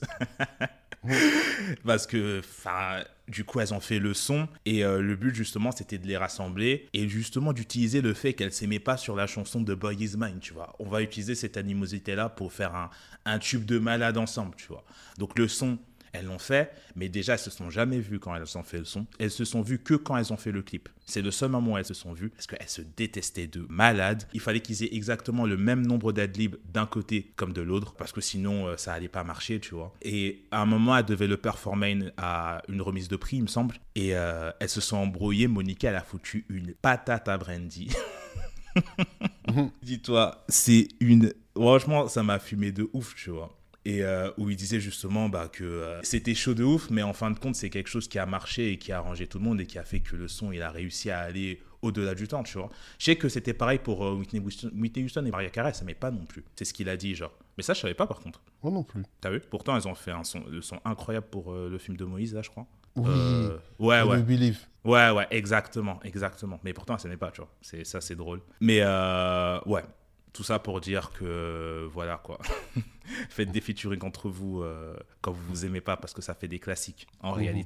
Parce que, du coup, elles ont fait le son. Et le but, justement, c'était de les rassembler. Et justement, d'utiliser le fait qu'elles s'aimaient pas sur la chanson de Boy Is Mine, tu vois. On va utiliser cette animosité-là pour faire un tube de malade ensemble, tu vois. Donc, le son, elles l'ont fait, mais déjà, elles se sont jamais vues quand elles ont fait le son. Elles se sont vues que quand elles ont fait le clip. C'est le seul moment où elles se sont vues, parce qu'elles se détestaient de malade. Il fallait qu'ils aient exactement le même nombre d'adlibs d'un côté comme de l'autre, parce que sinon, ça allait pas marcher, tu vois. Et à un moment, elles devaient le performer à une remise de prix, il me semble. Et elles se sont embrouillées. Monica, elle a foutu une patate à Brandy. Dis-toi, c'est une... Franchement, ça m'a fumé de ouf, tu vois. Et où il disait justement que c'était chaud de ouf, mais en fin de compte, c'est quelque chose qui a marché et qui a arrangé tout le monde et qui a fait que le son, il a réussi à aller au-delà du temps, tu vois. Je sais que c'était pareil pour Whitney Houston et Mariah Carey, ça m'est pas non plus. C'est ce qu'il a dit, genre. Mais ça, je savais pas par contre. Moi non plus. T'as vu? Pourtant, elles ont fait le son incroyable pour le film de Moïse, là, je crois. Oui. Ouais, I ouais. do believe. Ouais, exactement. Mais pourtant, ça n'est pas, tu vois. Ça, c'est drôle. Mais ouais. Tout ça pour dire que, voilà, quoi. Faites des featuring entre vous quand vous vous aimez pas, parce que ça fait des classiques, en réalité.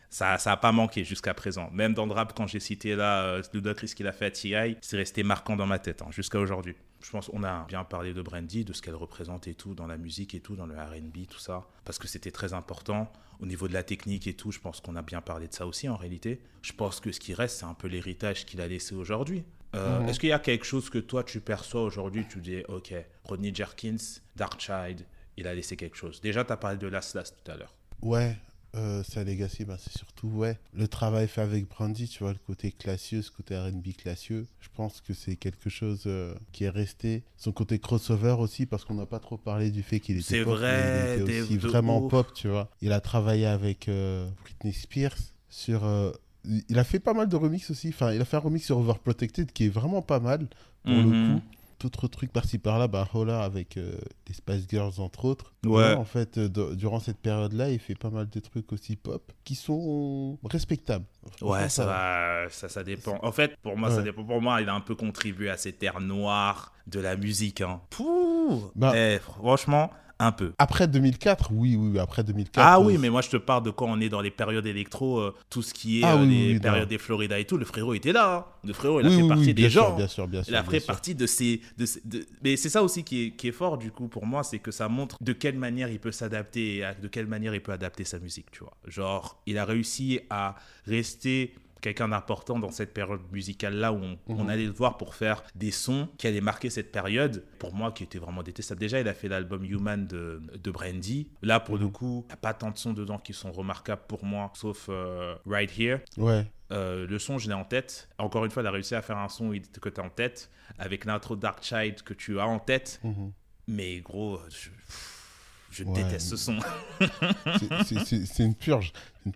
Ça a pas manqué jusqu'à présent. Même dans le rap, quand j'ai cité là Ludacris qu'il a fait à T.I., c'est resté marquant dans ma tête jusqu'à aujourd'hui. Je pense qu'on a bien parlé de Brandy, de ce qu'elle représente et tout, dans la musique et tout, dans le R&B, tout ça, parce que c'était très important. Au niveau de la technique et tout, je pense qu'on a bien parlé de ça aussi en réalité. Je pense que ce qui reste, c'est un peu l'héritage qu'il a laissé aujourd'hui. Est-ce qu'il y a quelque chose que toi tu perçois aujourd'hui, tu dis, ok, Rodney Jerkins, Darkchild, il a laissé quelque chose. Déjà, tu as parlé de Last Last tout à l'heure. Ouais, sa legacy, c'est surtout le travail fait avec Brandy, tu vois, le côté classieux, ce côté R&B classieux. Je pense que c'est quelque chose qui est resté. Son côté crossover aussi, parce qu'on n'a pas trop parlé du fait qu'il était c'est pop, vrai, mais il était aussi vraiment pop, tu vois. Il a travaillé avec Britney Spears sur... il a fait pas mal de remix aussi. Enfin, il a fait un remix sur Overprotected qui est vraiment pas mal, pour le coup. D'autres trucs par-ci par-là, Hola avec les Spice Girls entre autres. Ouais. En fait, durant cette période-là, il fait pas mal de trucs aussi pop qui sont respectables. Ouais, ça dépend. En fait, pour moi, ça dépend. Pour moi, il a un peu contribué à cette ère noire de la musique. Pouh. Franchement, un peu. Après 2004, oui, après 2004. Ah oui, mais moi je te parle de quand on est dans les périodes électro, tout ce qui est les périodes des Florida et tout. Le frérot était là. Le frérot, il a fait partie des gens. Bien sûr. Il a fait partie de ces. Mais c'est ça aussi qui est fort du coup pour moi, c'est que ça montre de quelle manière il peut s'adapter et de quelle manière il peut adapter sa musique, tu vois. Genre, il a réussi à rester quelqu'un d'important dans cette période musicale-là où on allait le voir pour faire des sons qui allaient marquer cette période, pour moi, qui était vraiment détestable. Déjà, il a fait l'album Human de Brandy. Là, pour le coup, il n'y a pas tant de sons dedans qui sont remarquables pour moi, sauf Right Here. Ouais. Le son, je l'ai en tête. Encore une fois, il a réussi à faire un son que tu as en tête, avec l'intro Darkchild que tu as en tête. Mais gros, je déteste ce son. C'est une purge.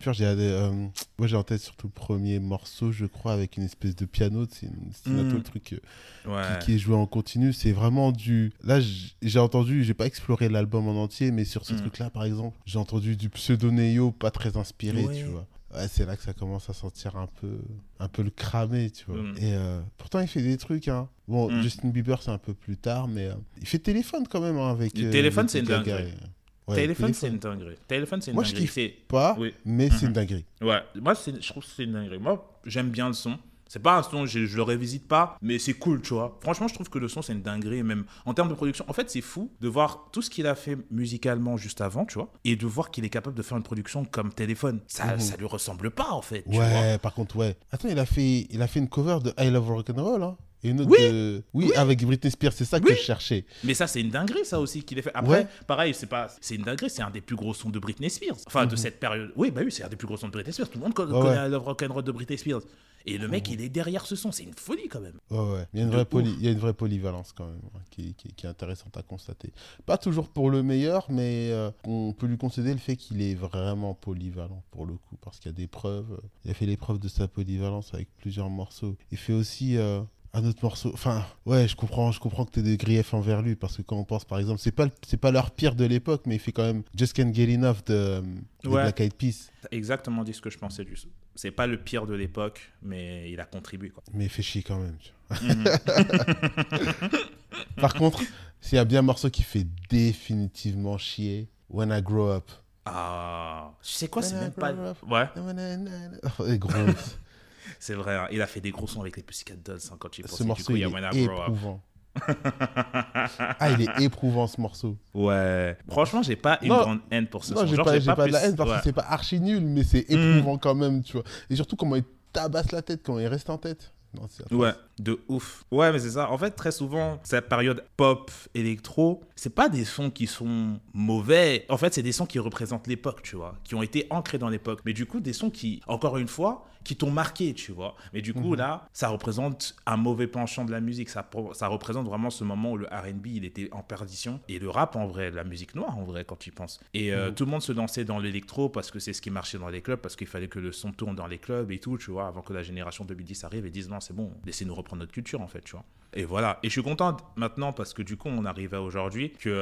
Moi, j'ai en tête surtout le premier morceau, je crois, avec une espèce de piano. C'est un peu le truc qui est joué en continu. C'est vraiment du... Là, j'ai entendu, j'ai pas exploré l'album en entier, mais sur ce truc-là, par exemple, j'ai entendu du pseudo-néo pas très inspiré, tu vois. Ouais, c'est là que ça commence à sentir un peu le cramé, tu vois. Et pourtant, il fait des trucs, Bon, Justin Bieber, c'est un peu plus tard, mais il fait Téléphone quand même, avec... Le Téléphone, c'est une dinguerie. Ouais, Téléphone, c'est une dinguerie. Moi, je kiffe pas, mais c'est une dinguerie. Ouais, moi, je trouve que c'est une dinguerie. Moi, j'aime bien le son. C'est pas un son, je le révisite pas, mais c'est cool, tu vois. Franchement, je trouve que le son, c'est une dinguerie, même en termes de production. En fait, c'est fou de voir tout ce qu'il a fait musicalement juste avant, tu vois, et de voir qu'il est capable de faire une production comme Téléphone. Ça lui ressemble pas, en fait. Tu vois. Par contre, Attends, il a fait une cover de I Love Rock'n'Roll, Et une autre oui, avec Britney Spears, c'est ça que je cherchais. Mais ça, c'est une dinguerie, ça aussi, qu'il ait fait. Après, pareil, c'est une dinguerie, c'est un des plus gros sons de Britney Spears. Enfin, de cette période. Oui, c'est un des plus gros sons de Britney Spears. Tout le monde connaît I Love Rock'n'Roll de Britney Spears. Et le mec, il est derrière ce son, c'est une folie quand même. Il y a une vraie polyvalence quand même, qui est intéressante à constater. Pas toujours pour le meilleur, mais on peut lui concéder le fait qu'il est vraiment polyvalent pour le coup, parce qu'il y a des preuves. Il a fait les preuves de sa polyvalence avec plusieurs morceaux. Il fait aussi... un autre morceau, enfin, je comprends que tu aies des griefs envers lui, parce que quand on pense, par exemple, c'est pas leur pire de l'époque, mais il fait quand même Just Can't Get Enough de Black Eyed Peas. T'as exactement dit ce que je pensais du... C'est pas le pire de l'époque, mais il a contribué, quoi. Mais il fait chier quand même, tu vois. Par contre, s'il y a bien un morceau qui fait définitivement chier, When I Grow Up. Ah, tu sais quoi, c'est même pas... Ouais. Gros... C'est vrai, hein. Il a fait des gros sons avec les Pussycat Dolls quand tu y penses. Ce morceau, il est éprouvant. Il est éprouvant, ce morceau. Ouais. Franchement, j'ai pas une grande haine pour ce son. J'ai pas de la haine parce que c'est pas archi nul, mais c'est éprouvant quand même, tu vois. Et surtout, comment il tabasse la tête, quand il reste en tête. Non, ouais, de ouf. Ouais, mais c'est ça. En fait, très souvent, cette période pop, électro, c'est pas des sons qui sont mauvais. En fait, c'est des sons qui représentent l'époque, tu vois, qui ont été ancrés dans l'époque. Mais du coup, des sons qui, encore une fois, qui t'ont marqué, tu vois. Mais du coup, là, ça représente un mauvais penchant de la musique. Ça représente vraiment ce moment où le R&B, il était en perdition. Et le rap, en vrai, la musique noire, en vrai, quand tu y penses. Et tout le monde se lançait dans l'électro parce que c'est ce qui marchait dans les clubs, parce qu'il fallait que le son tourne dans les clubs et tout, tu vois, avant que la génération 2010 arrive et dise non, c'est bon, laissez-nous reprendre notre culture, en fait, tu vois. Et voilà. Et je suis content maintenant parce que du coup, on arrive à aujourd'hui que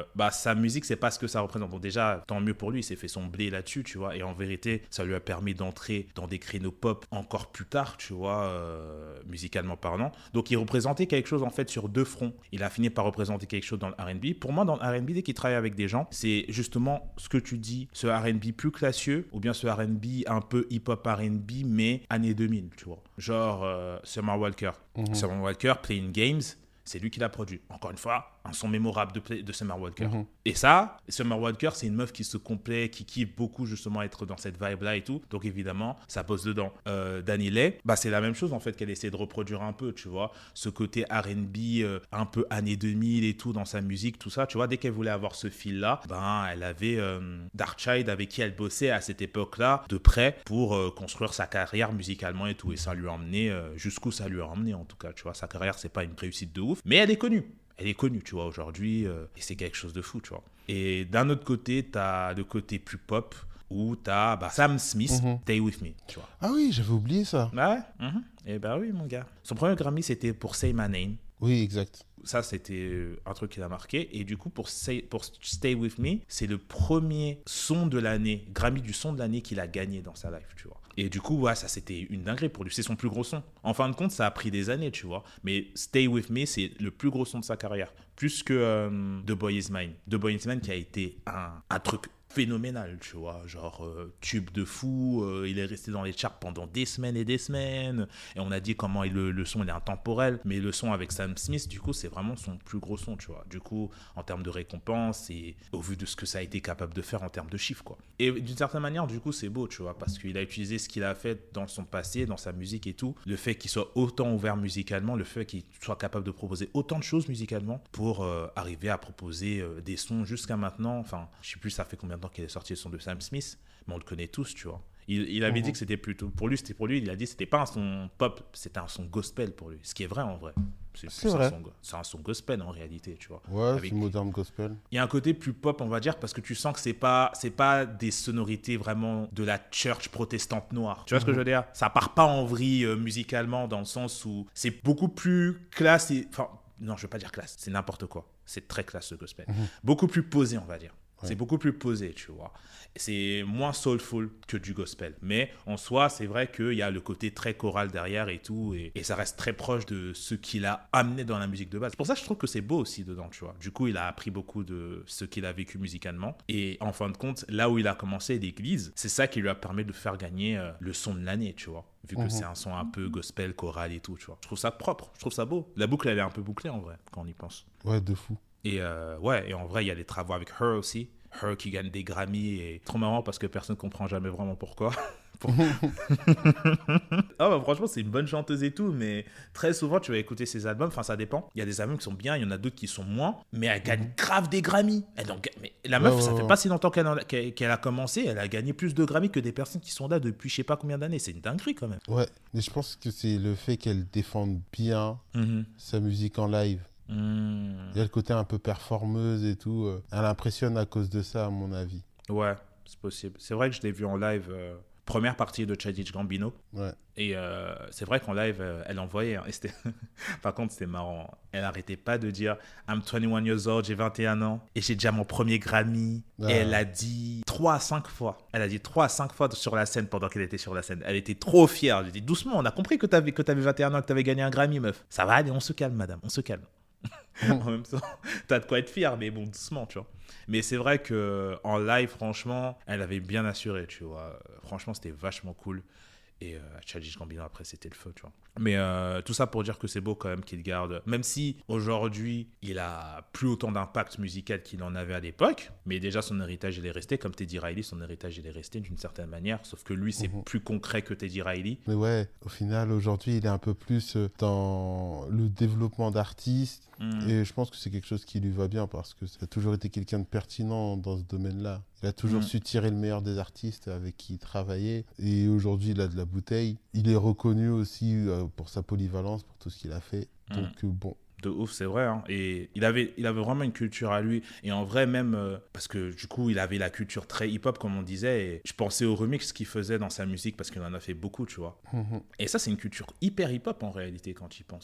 sa musique, c'est pas ce que ça représente. Bon, déjà, tant mieux pour lui, il s'est fait son blé là-dessus, tu vois. Et en vérité, ça lui a permis d'entrer dans des créneaux pop encore plus tard, tu vois, musicalement parlant. Donc, il représentait quelque chose en fait sur deux fronts. Il a fini par représenter quelque chose dans le R&B. Pour moi, dans le R&B, dès qu'il travaille avec des gens, c'est justement ce que tu dis, ce R&B plus classieux ou bien ce R&B un peu hip-hop R&B, mais années 2000, tu vois. Genre Summer Walker. Summer Walker, Playing Games, c'est lui qui l'a produit. Encore une fois, un son mémorable de Summer Walker. Et ça, Summer Walker, c'est une meuf qui se complaît, qui kiffe beaucoup justement être dans cette vibe-là et tout. Donc évidemment, ça pose dedans. Danny Lay, c'est la même chose en fait qu'elle essaie de reproduire un peu, tu vois. Ce côté R&B un peu années 2000 et tout dans sa musique, tout ça, tu vois. Dès qu'elle voulait avoir ce fil-là, elle avait Darkchild avec qui elle bossait à cette époque-là de près pour construire sa carrière musicalement et tout. Et ça lui a emmené jusqu'où ça lui a emmené en tout cas, tu vois. Sa carrière, c'est pas une réussite de ouf, mais elle est connue. Elle est connue, tu vois, aujourd'hui, et c'est quelque chose de fou, tu vois. Et d'un autre côté, t'as le côté plus pop, où t'as Sam Smith, Stay With Me, tu vois. Ah oui, j'avais oublié ça. Ouais, et oui, mon gars. Son premier Grammy, c'était pour Say My Name. Oui, exact. Ça, c'était un truc qui l'a marqué. Et du coup, pour Stay With Me, c'est le premier son de l'année, Grammy du son de l'année qu'il a gagné dans sa life, tu vois. Et du coup, ça, c'était une dinguerie pour lui. C'est son plus gros son. En fin de compte, ça a pris des années, tu vois. Mais Stay With Me, c'est le plus gros son de sa carrière. Plus que The Boy Is Mine. The Boy Is Mine qui a été un truc phénoménal, tu vois, genre tube de fou, il est resté dans les charts pendant des semaines et des semaines, et on a dit comment le son il est intemporel, mais le son avec Sam Smith, du coup, c'est vraiment son plus gros son, tu vois, du coup, en termes de récompense, et au vu de ce que ça a été capable de faire en termes de chiffres, quoi. Et d'une certaine manière, du coup, c'est beau, tu vois, parce qu'il a utilisé ce qu'il a fait dans son passé, dans sa musique et tout, le fait qu'il soit autant ouvert musicalement, le fait qu'il soit capable de proposer autant de choses musicalement pour arriver à proposer des sons jusqu'à maintenant, enfin, je sais plus ça fait combien de temps qu'il est sorti le son de Sam Smith, mais on le connaît tous, tu vois. Il avait dit que c'était plutôt pour lui, il a dit que c'était pas un son pop, c'était un son gospel pour lui, ce qui est vrai en vrai. C'est vrai. C'est un son gospel en réalité, tu vois. Ouais, c'est modern gospel. Il y a un côté plus pop, on va dire, parce que tu sens que c'est pas des sonorités vraiment de la church protestante noire. Tu vois ce que je veux dire? Ça part pas en vrille musicalement, dans le sens où c'est beaucoup plus classe. Enfin, non, je veux pas dire classe, c'est n'importe quoi. C'est très classe ce gospel. Beaucoup plus posé, on va dire. C'est beaucoup plus posé, tu vois. C'est moins soulful que du gospel. Mais en soi, c'est vrai qu'il y a le côté très choral derrière et tout. Et ça reste très proche de ce qu'il a amené dans la musique de base. C'est pour ça que je trouve que c'est beau aussi dedans, tu vois. Du coup, il a appris beaucoup de ce qu'il a vécu musicalement. Et en fin de compte, là où il a commencé l'église, c'est ça qui lui a permis de faire gagner le son de l'année, tu vois. Vu que c'est un son un peu gospel, choral et tout, tu vois. Je trouve ça propre, je trouve ça beau. La boucle, elle est un peu bouclée en vrai, quand on y pense. Ouais, de fou. Et et en vrai, il y a des travaux avec Her aussi. Her qui gagne des Grammys, et trop marrant parce que personne ne comprend jamais vraiment pourquoi. Franchement, c'est une bonne chanteuse et tout, mais très souvent, tu vas écouter ses albums, enfin, ça dépend. Il y a des albums qui sont bien, il y en a d'autres qui sont moins, mais elle gagne grave des Grammys. Mais la meuf, ça fait pas si longtemps qu'elle a commencé, elle a gagné plus de Grammys que des personnes qui sont là depuis je sais pas combien d'années. C'est une dinguerie quand même. Ouais, mais je pense que c'est le fait qu'elle défende bien sa musique en live. Il y a le côté un peu performeuse et tout. Elle impressionne à cause de ça, à mon avis. Ouais, c'est possible. C'est vrai que je l'ai vu en live, première partie de Childish Gambino. Ouais. Et c'est vrai qu'en live, elle envoyait. Hein, et par contre, c'était marrant. Elle n'arrêtait pas de dire « I'm 21 years old, j'ai 21 ans et j'ai déjà mon premier Grammy. » Et elle a dit 3 à 5 fois. Elle a dit 3 à 5 fois sur la scène pendant qu'elle était sur la scène. Elle était trop fière. J'ai dit « Doucement, on a compris que t'avais 21 ans, que t'avais gagné un Grammy, meuf. Ça va aller, on se calme, madame, on se calme. » En même temps, t'as de quoi être fier, mais bon, doucement, tu vois. Mais c'est vrai qu'en live, franchement, elle avait bien assuré, tu vois. Franchement, c'était vachement cool. Et Childish Gambino, après, c'était le feu, tu vois. Mais tout ça pour dire que c'est beau quand même qu'il garde, même si aujourd'hui, il a plus autant d'impact musical qu'il en avait à l'époque, mais déjà son héritage, il est resté. Comme Teddy Riley, son héritage, il est resté d'une certaine manière, sauf que lui, c'est plus concret que Teddy Riley. Mais ouais, au final, aujourd'hui, il est un peu plus dans le développement d'artistes. Et je pense que c'est quelque chose qui lui va bien parce que ça a toujours été quelqu'un de pertinent dans ce domaine-là. Il a toujours su tirer le meilleur des artistes avec qui il travaillait. Et aujourd'hui, il a de la bouteille. Il est reconnu aussi pour sa polyvalence, pour tout ce qu'il a fait. Donc, bon. De ouf, c'est vrai. Hein. Et il avait vraiment une culture à lui. Et en vrai, même, parce que du coup, il avait la culture très hip-hop, comme on disait. Et je pensais au remix qu'il faisait dans sa musique parce qu'il en a fait beaucoup, tu vois. Et ça, c'est une culture hyper hip-hop en réalité, quand tu y penses.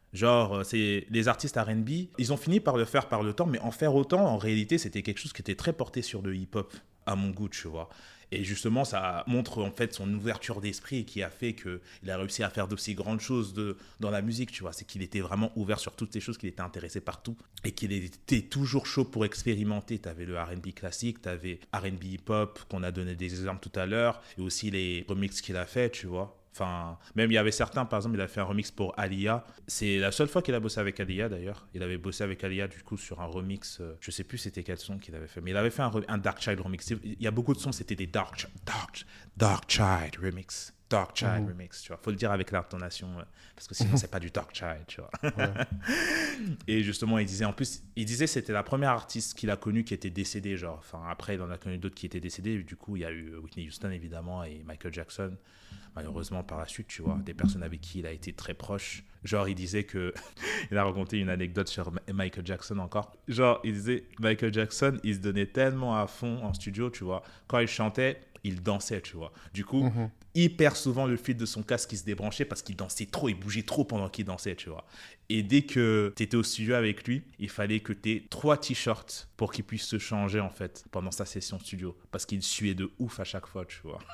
Genre, c'est les artistes R&B, ils ont fini par le faire par le temps, mais en faire autant, en réalité, c'était quelque chose qui était très porté sur le hip-hop, à mon goût, tu vois. Et justement, ça montre en fait son ouverture d'esprit qui a fait qu'il a réussi à faire d'aussi grandes choses dans la musique, tu vois. C'est qu'il était vraiment ouvert sur toutes ces choses, qu'il était intéressé partout et qu'il était toujours chaud pour expérimenter. Tu avais le R&B classique, tu avais R&B hip-hop, qu'on a donné des exemples tout à l'heure, et aussi les remixes qu'il a fait, tu vois. Enfin, même il y avait certains, par exemple, il a fait un remix pour Alia. C'est la seule fois qu'il a bossé avec Alia d'ailleurs. Il avait bossé avec Alia du coup sur un remix. Je sais plus c'était quel son qu'il avait fait, mais il avait fait un Dark Child remix. Il y a beaucoup de sons, c'était des Dark Child remix. Dark Child remix, tu vois. Faut le dire avec l'intonation, parce que sinon c'est pas du Dark Child, tu vois. Ouais. Et justement, il disait c'était la première artiste qu'il a connue qui était décédée, genre. Enfin, après, il en a connu d'autres qui étaient décédés. Du coup, il y a eu Whitney Houston évidemment et Michael Jackson. Malheureusement, par la suite, tu vois, des personnes avec qui il a été très proche. Genre, il disait que... il a raconté une anecdote sur Michael Jackson encore. Genre, il disait, Michael Jackson, il se donnait tellement à fond en studio, tu vois. Quand il chantait, il dansait, tu vois. Du coup, hyper souvent, le fil de son casque, il se débranchait parce qu'il dansait trop, il bougeait trop pendant qu'il dansait, tu vois. Et dès que tu étais au studio avec lui, il fallait que tu aies 3 t-shirts pour qu'il puisse se changer, en fait, pendant sa session studio. Parce qu'il suait de ouf à chaque fois, tu vois.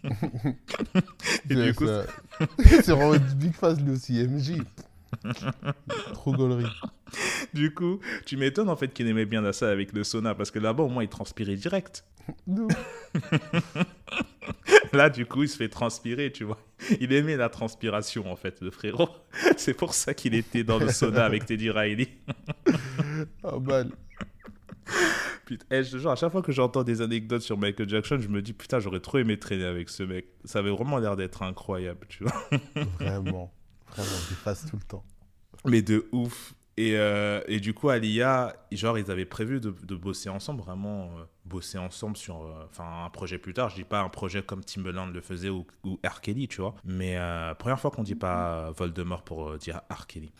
Et du coup, c'est vraiment une big face lui aussi, MJ. Trop gaulerie. Du coup, tu m'étonnes en fait qu'il aimait bien ça avec le sauna parce que là-bas au moins il transpirait direct. Là du coup il se fait transpirer, tu vois. Il aimait la transpiration en fait, le frérot. C'est pour ça qu'il était dans le sauna avec Teddy Riley. Oh man. Putain, je te jure, à chaque fois que j'entends des anecdotes sur Michael Jackson, je me dis putain, j'aurais trop aimé traîner avec ce mec. Ça avait vraiment l'air d'être incroyable, tu vois. Vraiment, des faces tout le temps. Mais de ouf. Et du coup, Alia, genre, ils avaient prévu de bosser ensemble, vraiment bosser ensemble sur un projet plus tard. Je dis pas un projet comme Timbaland le faisait ou R. Kelly, tu vois. Mais première fois qu'on dit pas Voldemort pour dire R. Kelly.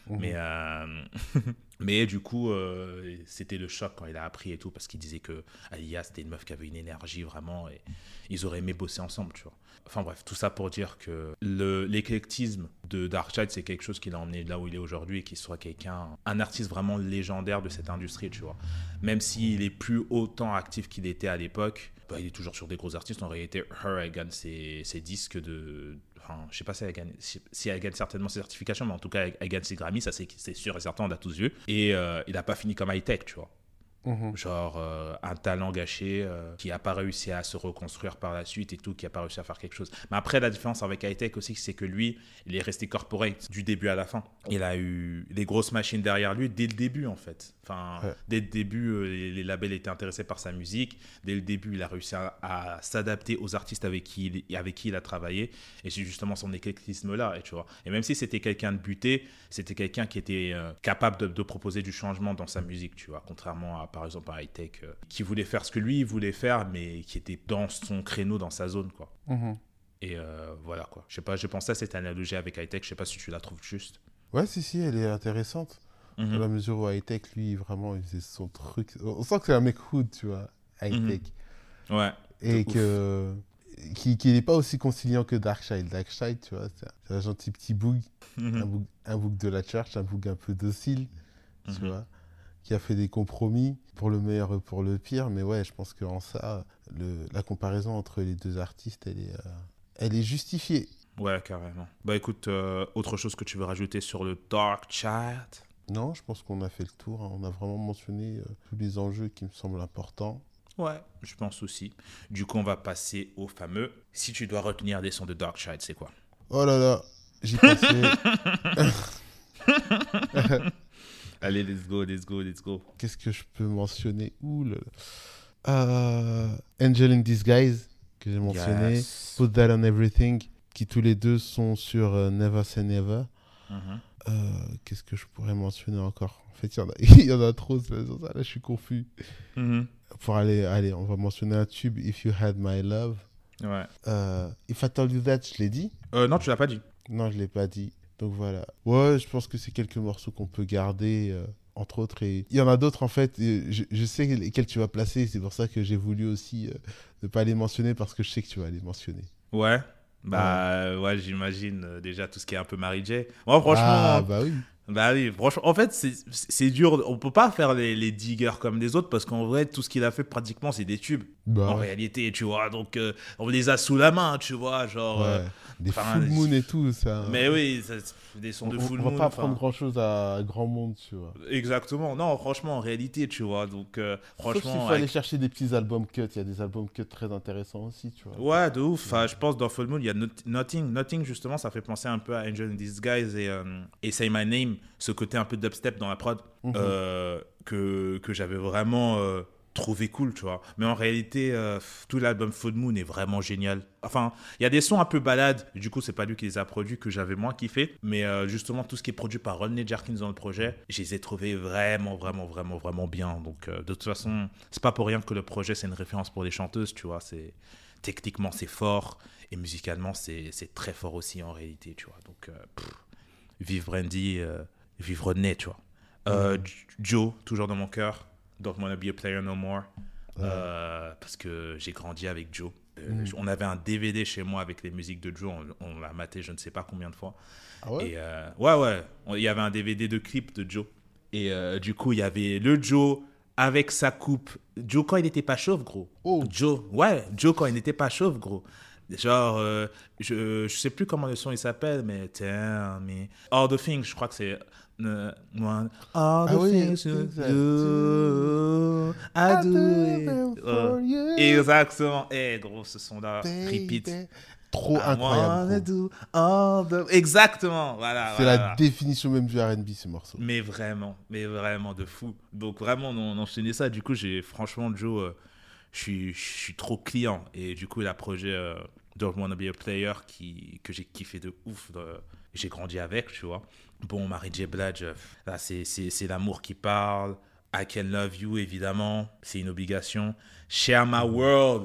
Mais du coup, c'était le choc quand il a appris et tout, parce qu'il disait que Alia, c'était une meuf qui avait une énergie vraiment, et ils auraient aimé bosser ensemble, tu vois. Enfin bref, tout ça pour dire que l'éclectisme de Darkchild, c'est quelque chose qui l'a emmené là où il est aujourd'hui et qu'il soit un artiste vraiment légendaire de cette industrie, tu vois. Même s'il est plus autant actif qu'il était à l'époque, bah, il est toujours sur des gros artistes. En réalité, elle gagne ses disques de... Enfin, je sais pas si elle gagne certainement ses certifications, mais en tout cas, elle gagne ses Grammy, ça c'est sûr et certain, on a tous vu. Et il n'a pas fini comme high-tech, tu vois. Genre un talent gâché qui n'a pas réussi à se reconstruire par la suite et tout, qui n'a pas réussi à faire quelque chose. Mais après, la différence avec high-tech aussi, c'est que lui, il est resté corporate du début à la fin. Il a eu des grosses machines derrière lui dès le début, en fait. Enfin, dès le début, les labels étaient intéressés par sa musique. Dès le début, il a réussi à s'adapter aux artistes avec qui il a travaillé. Et c'est justement son éclectisme-là, et tu vois. Et même si c'était quelqu'un de buté, c'était quelqu'un qui était capable de proposer du changement dans sa musique, tu vois. Contrairement à, par exemple, à high-tech, qui voulait faire ce que lui, il voulait faire, mais qui était dans son créneau, dans sa zone, quoi. Et voilà, quoi. Je sais pas, j'ai pensé à cette analogie avec high-tech. Je sais pas si tu la trouves juste. Ouais, si, elle est intéressante. Dans la mesure où high-tech, lui, vraiment, il faisait son truc. On sent que c'est un mec hood, tu vois, high-tech. Ouais. Et qu'il n'est pas aussi conciliant que Darkchild. Darkchild, tu vois, c'est un gentil petit boug. Un boug de la church, un boug un peu docile, tu vois, qui a fait des compromis pour le meilleur et pour le pire. Mais ouais, je pense qu'en ça, la comparaison entre les deux artistes, elle est justifiée. Ouais, carrément. Bah écoute, autre chose que tu veux rajouter sur le Darkchild ? Non, je pense qu'on a fait le tour. On a vraiment mentionné tous les enjeux qui me semblent importants. Ouais, je pense aussi. Du coup, on va passer au fameux. Si tu dois retenir des sons de Darkchild, c'est quoi ? Oh là là, j'y pensais. Allez, let's go. Qu'est-ce que je peux mentionner ? Ouh là là. Angel in Disguise, que j'ai mentionné. Yes. Put That on Everything, qui tous les deux sont sur Never Say Never. Qu'est-ce que je pourrais mentionner encore ? En fait, il y en a trop, là, je suis confus. Pour allez, on va mentionner un tube, If You Had My Love. Ouais. If I Told You That, je l'ai dit ? Non, tu l'as pas dit. Non, je l'ai pas dit. Donc voilà. Ouais, je pense que c'est quelques morceaux qu'on peut garder, entre autres. Et il y en a d'autres, en fait. Je sais lesquels tu vas placer. C'est pour ça que j'ai voulu aussi ne pas les mentionner, parce que je sais que tu vas les mentionner. Ouais. Bah ouais, j'imagine déjà tout ce qui est un peu Mary J. Moi, franchement. Ah, bah oui. Bah oui, franchement, en fait, c'est dur. On peut pas faire les diggers comme les autres parce qu'en vrai, tout ce qu'il a fait pratiquement, c'est des tubes. Bah En ouais. réalité, tu vois. Donc, on les a sous la main, tu vois. Genre. Ouais. Des Enfin, full moon et tout, ça. mais oui, des sons de Full On va Moon. pas apprendre Enfin, grand chose à grand monde, tu vois. exactement. Non, franchement, en réalité, tu vois. Donc, Sauf s'il franchement, faut aller chercher des petits albums cut. Il y a des albums cut très intéressants aussi, tu vois. ouais, de ouf. Enfin, je pense dans Full Moon, il y a Nothing. Nothing, justement, ça fait penser un peu à Angel in Disguise et Say My Name, ce côté un peu dubstep dans la prod Mhm. que j'avais vraiment trouvé cool, tu vois. Mais en réalité, tout l'album Full Moon est vraiment génial. Enfin, il y a des sons un peu balades, du coup, c'est pas lui qui les a produits que j'avais moins kiffé. Mais justement, tout ce qui est produit par Rodney Jerkins dans le projet, je les ai trouvés vraiment, vraiment, vraiment, vraiment bien. Donc, de toute façon, c'est pas pour rien que le projet, c'est une référence pour les chanteuses, tu vois. Techniquement, c'est fort. Et musicalement, c'est très fort aussi, en réalité, tu vois. Donc, vive Brandy, vive Rodney, tu vois. Joe, toujours dans mon cœur. Don't Wanna Be a Player No More. Parce que j'ai grandi avec Joe. On avait un DVD chez moi avec les musiques de Joe. On l'a maté je ne sais pas combien de fois. Ah ouais? Et ouais. Il y avait un DVD de clip de Joe. Et du coup, il y avait le Joe avec sa coupe. Joe quand il n'était pas chauve, gros. Oh. Joe quand il n'était pas chauve, gros. Genre, je sais plus comment le son il s'appelle, mais Tell me. All the Things, je crois que c'est. All Ah the oui, things you exact. do, I I do do it. them for you, Exactement. Gros, ce son-là, repeat. baby. Trop I incroyable, wanna gros. do all the... Exactement. Voilà, C'est la voilà. définition même du R&B, ce morceau. Mais vraiment de fou. Donc vraiment, on enchaînait ça. Du coup, franchement, Joe, je suis trop client. Et du coup, il a projet Don't Wanna Be a Player que j'ai kiffé de ouf. J'ai grandi avec, tu vois. Bon, Mary J. Blige, là, c'est l'amour qui parle. I Can Love You, évidemment. C'est une obligation. Share My World.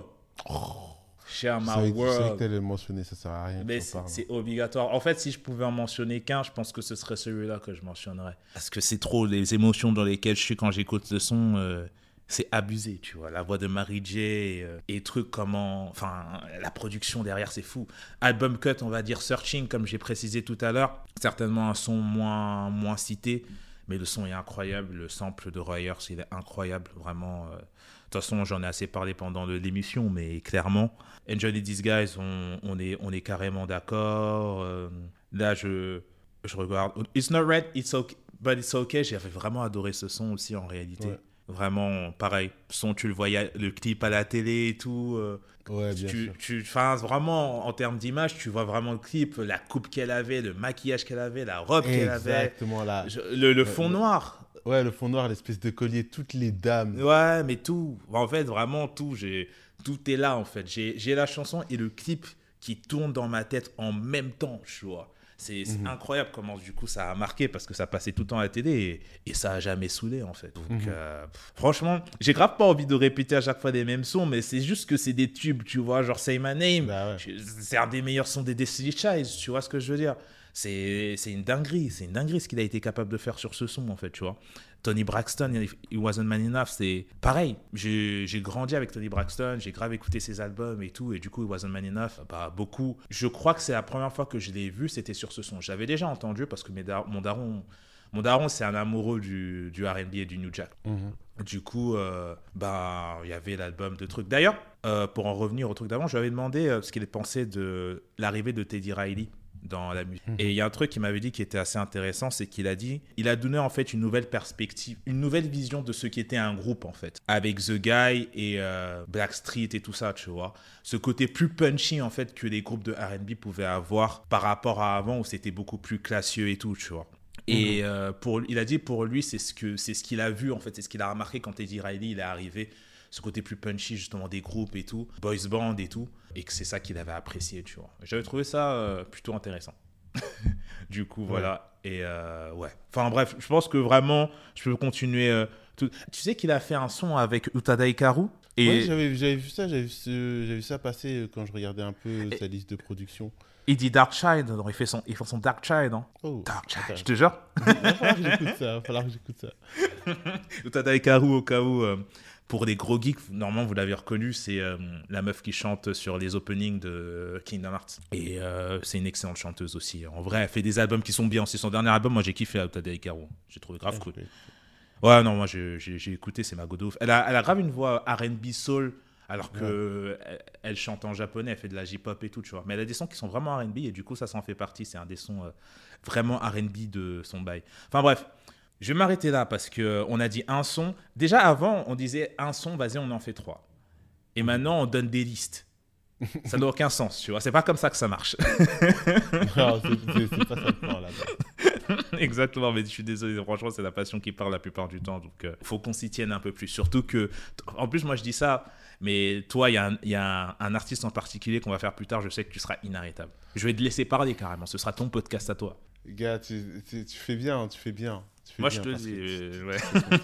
Share Je My savais que World. t'allais le mentionner, ça sert à rien Mais que t'en parles. c'est obligatoire. En fait, si je pouvais en mentionner qu'un, je pense que ce serait celui-là que je mentionnerais. Parce que c'est trop les émotions dans lesquelles je suis quand j'écoute ce son. C'est abusé, tu vois. La voix de Mary J. Et trucs comment... Enfin, la production derrière, c'est fou. Album cut, on va dire Searching, comme j'ai précisé tout à l'heure. Certainement un son moins cité. Mais le son est incroyable. Le sample de Royers, il est incroyable. Vraiment... De toute façon, j'en ai assez parlé pendant l'émission, mais clairement, Angel in Disguise, on est carrément d'accord. Là, je regarde. It's not red, it's okay, but it's okay. J'avais vraiment adoré ce son aussi en réalité. Ouais. Vraiment, pareil. Son, tu le voyais, le clip à la télé et tout. Ouais, bien sûr. Enfin, vraiment, en termes d'image, tu vois vraiment le clip, la coupe qu'elle avait, le maquillage qu'elle avait, la robe qu'elle avait. Exactement, là. Le fond noir. Ouais, le fond noir, l'espèce de collier, toutes les dames. Ouais, mais tout. En fait, vraiment tout. Tout est là, en fait. J'ai la chanson et le clip qui tourne dans ma tête en même temps, tu vois. C'est incroyable comment, du coup, ça a marqué parce que ça passait tout le temps à la télé et ça a jamais saoulé, en fait. Donc, franchement, j'ai grave pas envie de répéter à chaque fois les mêmes sons, mais c'est juste que c'est des tubes, tu vois. Genre Say My Name, Bah ouais. c'est un des meilleurs sons des Destiny Child, tu vois ce que je veux dire. C'est une dinguerie ce qu'il a été capable de faire sur ce son, en fait, tu vois. Tony Braxton, It Wasn't Man Enough, c'est pareil. J'ai grandi avec Tony Braxton, j'ai grave écouté ses albums et tout, et du coup, It Wasn't Man Enough, bah, beaucoup. Je crois que c'est la première fois que je l'ai vu, c'était sur ce son. J'avais déjà entendu parce que mon daron, c'est un amoureux du R&B et du New Jack. Du coup, bah, il y avait l'album de trucs. D'ailleurs, pour en revenir au truc d'avant, je lui avais demandé ce qu'il pensait de l'arrivée de Teddy Riley dans la musique. Et il y a un truc qu'il m'avait dit qui était assez intéressant, c'est qu'il a dit, il a donné en fait une nouvelle perspective, une nouvelle vision de ce qu'était un groupe en fait, avec The Guy et Blackstreet et tout ça, tu vois. Ce côté plus punchy en fait que les groupes de R&B pouvaient avoir par rapport à avant où c'était beaucoup plus classieux et tout, tu vois. Et il a dit pour lui, c'est ce qu'il a vu en fait, c'est ce qu'il a remarqué quand Teddy Riley il est arrivé, ce côté plus punchy justement des groupes et tout, boys band et tout, et que c'est ça qu'il avait apprécié, tu vois. J'avais trouvé ça plutôt intéressant. Du coup, voilà. Et ouais. Enfin bref, je pense que vraiment, je peux continuer. Tu sais qu'il a fait un son avec Utada Hikaru et Ouais, j'avais vu ça, j'avais vu ça passer quand je regardais un peu sa liste de production. il dit Dark Child, donc il fait son Dark Child. Hein. Oh, Dark Child, attends. je te jure. Il va falloir que j'écoute ça, Utada Hikaru au cas où. Pour les gros geeks, normalement, vous l'avez reconnu, c'est la meuf qui chante sur les openings de Kingdom Hearts. Et c'est une excellente chanteuse aussi. En vrai, elle fait des albums qui sont bien. C'est son dernier album, moi j'ai kiffé Out of the Hikaru. J'ai trouvé grave cool. Ouais, non, moi j'ai écouté, c'est ma go de ouf. Elle a grave une voix R&B soul, alors que elle chante en japonais, elle fait de la J-pop et tout, tu vois. Mais elle a des sons qui sont vraiment R&B et du coup, ça s'en fait partie. C'est un des sons vraiment R&B de son bail. Enfin bref. Je vais m'arrêter là parce qu'on a dit un son. Déjà avant, on disait un son, vas-y, on en fait 3. Et maintenant, on donne des listes. Ça n'a aucun sens, tu vois. C'est pas comme ça que ça marche. Non, c'est pas ça le plan là. Exactement, mais je suis désolé. Franchement, c'est la passion qui parle la plupart du temps. Donc, faut qu'on s'y tienne un peu plus. Surtout que, en plus, moi, je dis ça, mais toi, il y a un artiste en particulier qu'on va faire plus tard. Je sais que tu seras inarrêtable. Je vais te laisser parler carrément. Ce sera ton podcast à toi. Gars, tu fais bien, tu fais bien. Moi, je te le dis. Ouais.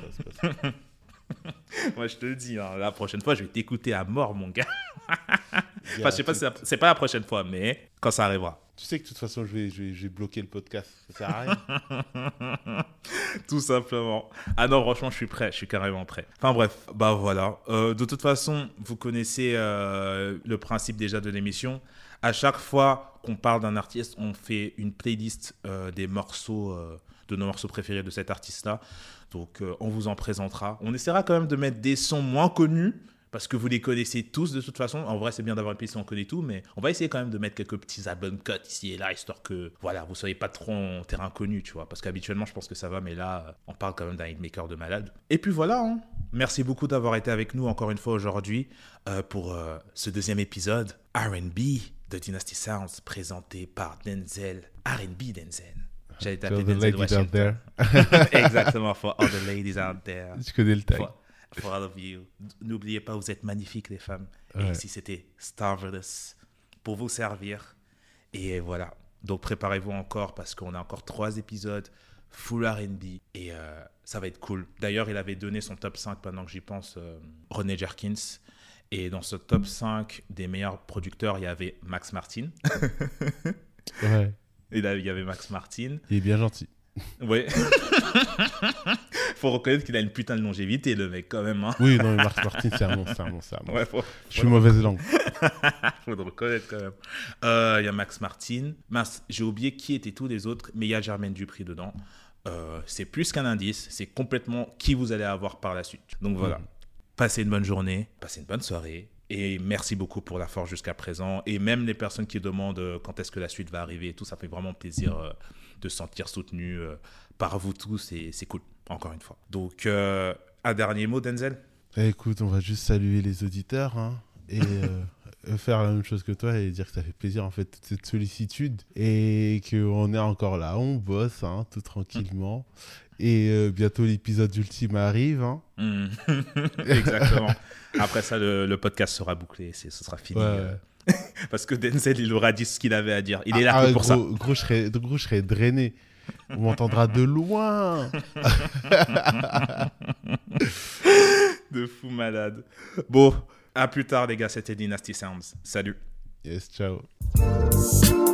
Moi, je te le dis. Hein, la prochaine fois, je vais t'écouter à mort, mon gars. Enfin, je sais pas si c'est pas la prochaine fois, mais quand ça arrivera. Tu sais que de toute façon, je vais bloquer le podcast. Ça sert à rien. Tout simplement. Ah non, franchement, je suis prêt. Je suis carrément prêt. Enfin bref, bah voilà. De toute façon, vous connaissez le principe déjà de l'émission. À chaque fois qu'on parle d'un artiste, on fait une playlist des morceaux, de nos morceaux préférés de cet artiste-là. Donc, on vous en présentera. On essaiera quand même de mettre des sons moins connus, parce que vous les connaissez tous de toute façon. En vrai, c'est bien d'avoir une playlist où on connaît tout, mais on va essayer quand même de mettre quelques petits albums cuts ici et là, histoire que, voilà, vous ne soyez pas trop en terrain connu, tu vois. Parce qu'habituellement, je pense que ça va, mais là, on parle quand même d'un hitmaker de malade. Et puis voilà, hein. Merci beaucoup d'avoir été avec nous encore une fois aujourd'hui pour ce deuxième épisode R&B de Dynasty Sounds, présenté par Denzel, R&B Denzel. J'allais t'appeler Denzel Washington. Exactement, for all the ladies out there. Je connais le tag. For all of you. N'oubliez pas, vous êtes magnifiques, les femmes. Ouais. Et ici, c'était Starveless pour vous servir. Et voilà. Donc, préparez-vous encore parce qu'on a encore 3 épisodes full R&B. Et ça va être cool. D'ailleurs, il avait donné son top 5, pendant que j'y pense, René Jerkins. Et dans ce top 5 des meilleurs producteurs, il y avait Max Martin. Ouais. Et là, il y avait Max Martin. Il est bien gentil. Ouais. Faut reconnaître qu'il a une putain de longévité, le mec, quand même. Hein. Oui, non, mais Max Martin, c'est un monstre. Ouais, je suis mauvaise langue. Faut le reconnaître, quand même. Il y a Max Martin. Mince, j'ai oublié qui étaient tous les autres, mais il y a Jermaine Dupri dedans. C'est plus qu'un indice. C'est complètement qui vous allez avoir par la suite. Donc voilà. Passez une bonne journée, passez une bonne soirée. Et merci beaucoup pour la force jusqu'à présent. Et même les personnes qui demandent quand est-ce que la suite va arriver et tout, ça fait vraiment plaisir de se sentir soutenu par vous tous. Et c'est cool, encore une fois. Donc, un dernier mot, Denzel ? Écoute, on va juste saluer les auditeurs et faire la même chose que toi et dire que ça fait plaisir, en fait, toute cette sollicitude. Et qu'on est encore là, on bosse tout tranquillement. Et bientôt l'épisode ultime arrive. Exactement. Après ça, le podcast sera bouclé, ce sera fini. Ouais. Parce que Denzel, il aura dit ce qu'il avait à dire. Il est là que pour ça. Gros, je serai drainé. On m'entendra de loin. De fou malade. Bon, à plus tard les gars, c'était Dynasty Sounds. Salut. Yes, ciao.